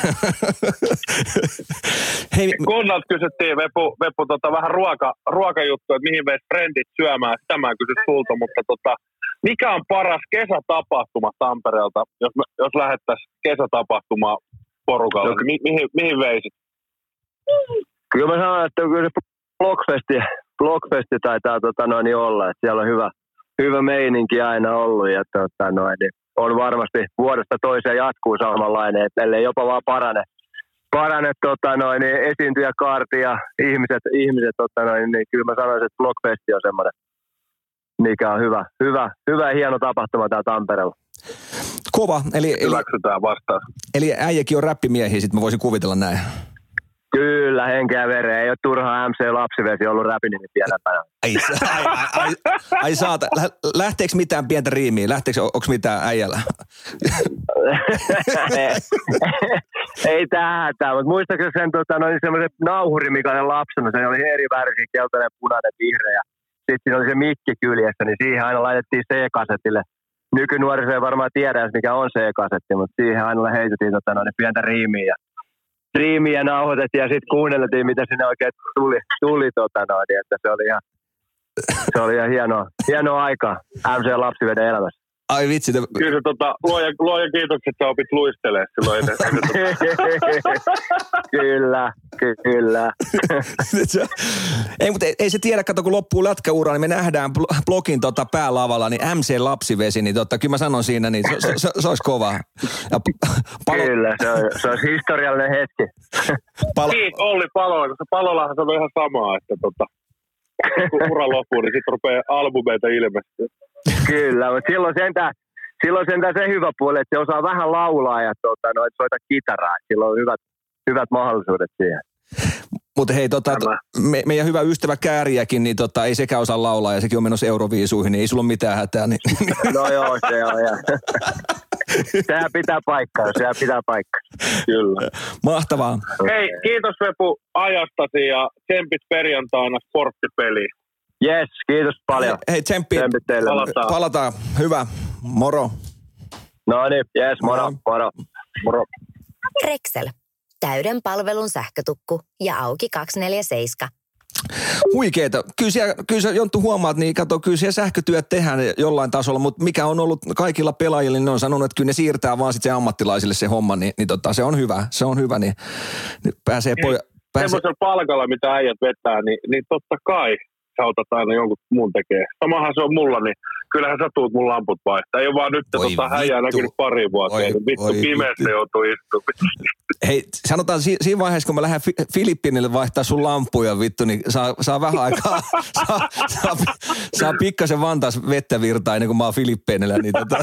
Hei, Kunnalta kysyttiin Vepu, Vepu tota, vähän ruoka, ruokajuttu, että mihin veisi frendit syömään. Sitä mä kysyn sulta, mutta tota, mikä on paras kesätapahtuma Tampereelta, jos, me, jos lähettäisiin kesätapahtumaa porukalla, no, mi, mihin, mihin veisit? Kyllä mä sanon, että kyllä se Blockfesti, Blockfesti taitaa tota noin olla, että siellä on hyvä, hyvä meininki aina ollut ja tota noin, niin on varmasti vuodesta toiseen jatkuu samanlainen, että ellei jopa vaan parane, parane tota noin, niin esiintyjäkaarti ja ihmiset, ihmiset tota noin, niin kyllä mä sanoisin, että Blockfesti on semmoinen, mikä on hyvä, hyvä, hyvä ja hieno tapahtuma täällä Tampereella. Kova, eli, eli, vastaus. Eli äijäkin on räppimiehiä, sit mä voisin kuvitella näin. Kyllä, henkeä vereen. Ei ole turhaa M C-lapsivesi ollut räpinimi pienempänä. Ai, ai, ai, ai, ai saata. Lähteekö mitään pientä riimiä? Lähteekö, onko mitään äijällä? Ei tähän, mutta muistatko sen tota, noin semmoisen nauhuri, mikä oli lapsena? Se oli eri värisiä, keltainen, punainen, vihreä. Sitten siinä oli se mikki kyljessä, niin siihen aina laitettiin C-kasetille. Nykynuoriso ei varmaan tiedä, mikä on C-kasetti, mutta siihen aina heitettiin tota, noin pientä riimiä. Ja, riimiä ja nauhoitettiin ja sitten kuunneltiin, mitä sinne oikein tuli, tuli tota, noin, että se oli ihan, se oli ihan hienoa, hienoa aikaa M C-lapsiveden elämässä. Ai vitsi. Te... Kyllä se tota, luoja, luoja kiitokset, että opit luistelemaan silloin. Kyllä, kyllä. ei, mutta ei, ei se tiedä, kato kun loppuu lätkäura, niin me nähdään blogin tota päälavalla, niin M C-lapsivesi, niin tota, kyllä mä sanon siinä, niin se, se, se, se olisi kova. Ja palo... Kyllä, se, on, se olisi historiallinen hetki. Palo... Kiit Olli Palola, koska Palolahan sanoi ihan samaa, että tota, kun ura loppuu, niin sitten rupeaa albumeita ilmestyä. Kyllä, mutta silloin sentään, silloin sentään se hyvä puoli, että se osaa vähän laulaa ja tota, no, soita kitaraa. Silloin on hyvät, hyvät mahdollisuudet siihen. Mutta hei, tota, me, meidän hyvä ystävä Kääriäkin, niin tota, ei sekään osaa laulaa ja sekin on menossa Euroviisuihin, niin ei sulla ole mitään hätää. Niin. No joo, se on. Ja. Sehän pitää paikkaa, sehän pitää paikkaa. Kyllä. Mahtavaa. Hei, kiitos Vepu ajastasi ja tsempit perjantaina sporttipeliin. Yes, kiitos paljon. Hei, tsemppi. Tsempit teille. Palataan. Palataan. Hyvä. Moro. No niin, yes, moro. Moro. Moro. Rexel. Täyden palvelun sähkötukku ja auki kaksikymmentäneljä seitsemän. Huikeeta. Kyllä, siellä, kyllä sä Jonttu huomaat, niin kato, kyllä siellä sähkötyöt tehdään jollain tasolla, mutta mikä on ollut kaikilla pelaajilla, niin ne on sanonut, että kyllä ne siirtää vaan sitten se ammattilaisille se homma, niin, niin tota, se on hyvä. Se on hyvä, niin, niin pääsee poja. Pääsee... Semmoisella palkalla, mitä äijät vetää, niin, niin totta kai sä otat aina jonkun muun tekee. Samahan se on mulla, niin kyllähän sä tuut mun lamput vaihtaa. Ei ole vaan nyt tota, häijää näkynyt pari vuotta. Oi, vittu pimeässä joutuu istumaan. Hei, sanotaan si- siinä vaiheessa, kun mä lähden Fi- Filippiinille vaihtaa sun lampuja, vittu, niin saa, saa vähän aikaa, saa, saa, saa pikkasen Vantaas vettä virtaa ennen kuin mä oon Filippiinillä. Niin tota.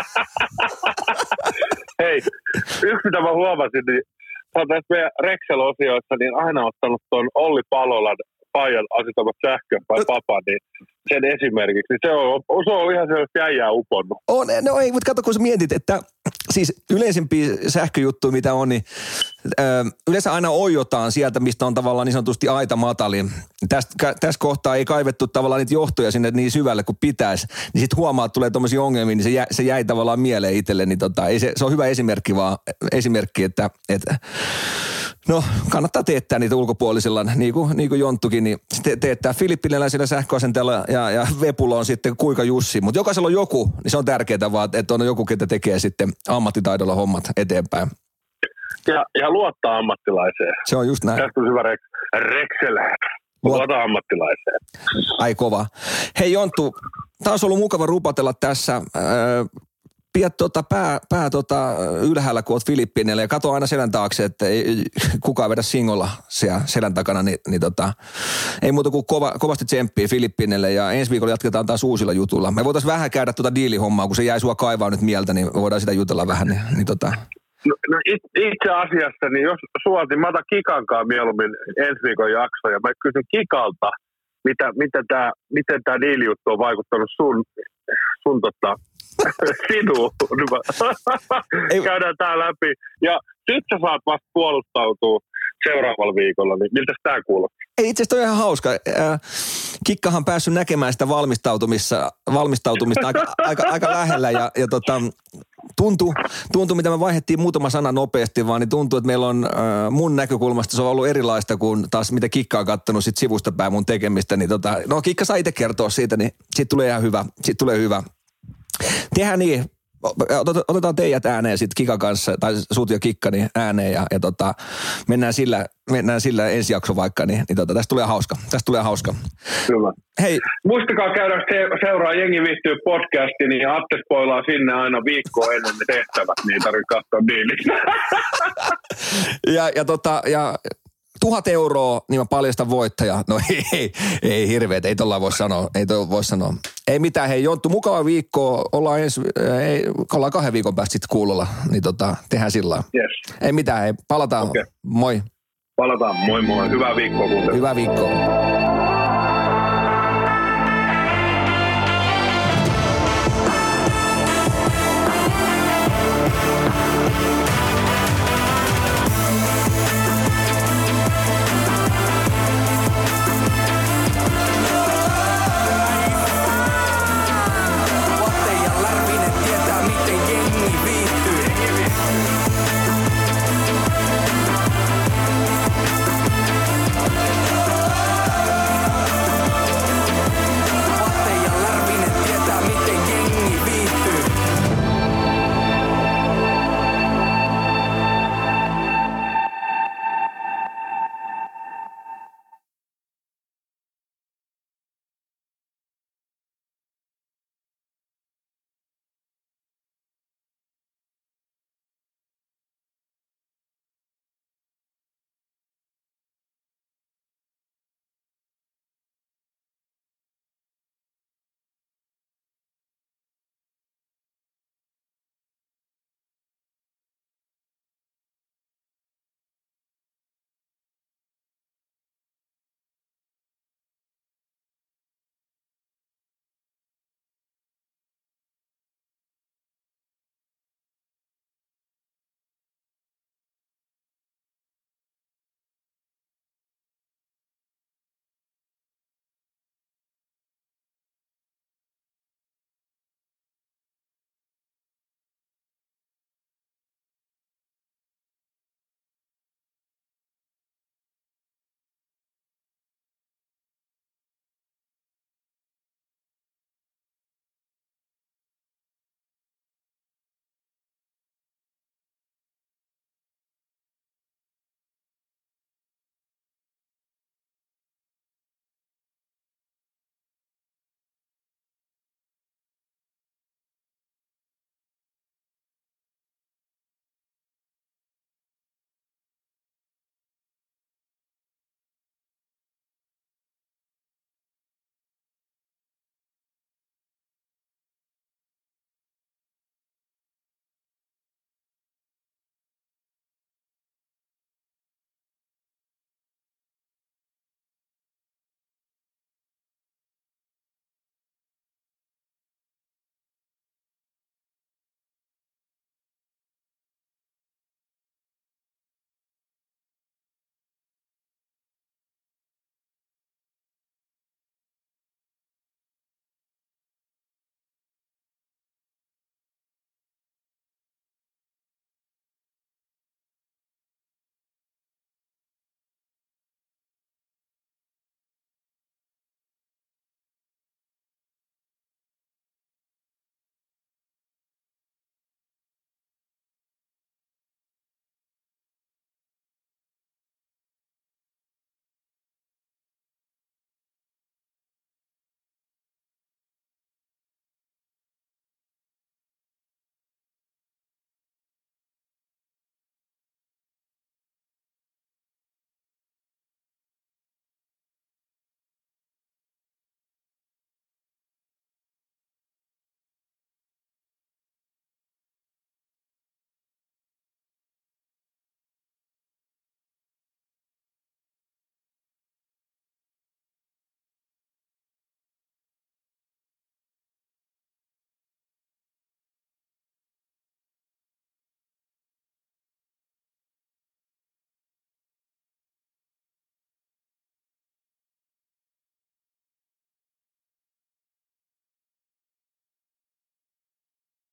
Hei, yksi mitä mä huomasin, niin sä oot näissä meidän Rexel-osioissa niin aina ottanut tuon Olli Palolan paijan asettamat sähköön vai papa, niin sen esimerkiksi. Niin se on, se on ihan sellaista jäijää uponnut. On, no ei, mutta kato kun sä mietit, että siis yleisempiä sähköjuttuja mitä on, niin ö, yleensä aina oijotaan sieltä, mistä on tavallaan niin sanotusti aita matalin. Tästä, tässä kohtaa ei kaivettu tavallaan niitä johtoja sinne niin syvälle kuin pitäisi. Niin sit huomaa, että tulee tommosia ongelmia, niin se jäi, se jäi tavallaan mieleen itselle. Niin tota, ei se, se on hyvä esimerkki vaan, esimerkki, että, että no, kannattaa teettää niitä ulkopuolisilla, niin kuin, niin kuin Jonttukin, niin te, teettää filippineläisillä sähköasenteella ja, ja Vepulla on sitten Kuika Jussi. Mutta jokaisella on joku, niin se on tärkeää vaan, että on joku, ketä tekee sitten ammattitaidolla hommat eteenpäin. Ja, ja luottaa ammattilaiseen. Se on just näin. Tästä on hyvä Rex, Rexel. Luota ammattilaiseen. Ai kova. Hei Jonttu, taas on ollut mukava rupatella tässä. Äh, Pidät tota pää, pää tota ylhäällä, kun oot Filippiineillä ja kato aina selän taakse, että ei kukaan vedä singolla siellä selän takana, niin, niin tota, ei muuta kuin kova, kovasti tsemppiä Filippiineille ja ensi viikolla jatketaan taas uusilla jutulla. Me voitaisiin vähän käydä tuota diilihommaa, kun se jäi sua kaivaa nyt mieltä, niin me voidaan sitä jutella vähän. Niin, niin tota. No, no it, itse asiassa, niin jos suotin, mä otan Kikankaan mieluummin ensi viikon jakso ja mä kysyn Kikalta, mitä, mitä tää, miten tämä diilijuttu on vaikuttanut sun, sun tota, sinuun. Käydään tää läpi. Ja sit sä saat vasta puolustautua seuraavalla viikolla, niin miltä tää kuulostaa? Ei, itse asiassa toi on ihan hauska. Kikkahan on päässyt näkemään sitä valmistautumista, valmistautumista aika, aika, aika lähellä ja, ja tota, tuntui, tuntui, mitä me vaihdettiin muutama sana nopeasti, vaan niin tuntuu, että meillä on äh, mun näkökulmasta se on ollut erilaista kuin taas mitä Kikka on kattonut sit sivusta päin mun tekemistä. Niin tota, no Kikka saa itse kertoa siitä, niin siitä tulee ihan hyvä. Siitä tulee hyvä. Tehdään niin. Otetaan teidät ääneen sitten Kikan kanssa, tai sut ja Kikka niin ääneen ja, ja tota, mennään, sillä, mennään sillä ensi jakso vaikka, niin, niin tota, tästä tulee hauska. Tästä tulee hauska. Kyllä. Hei. Muistakaa käydä se, seuraa Jengi viihtyy podcasti, niin Atte spoilaa sinne aina viikkoa ennen ne tehtävät, niin tarvitsee katsoa diilistä. ja, ja tota, ja tuhat euroa, niin mä paljastan voittaja. No ei, ei, ei hirveet, ei tollaan voi sanoa, ei toi voi sanoa. Ei mitään, hei Jonttu, mukava viikko, ollaan, ensi, ei, ollaan kahden viikon päästä sitten kuulolla, niin tota, tehdään sillä lailla. Yes. Ei mitään, hei, palataan, okay. Moi. Palataan, moi moi, hyvää viikkoa muuten. Hyvää viikkoa.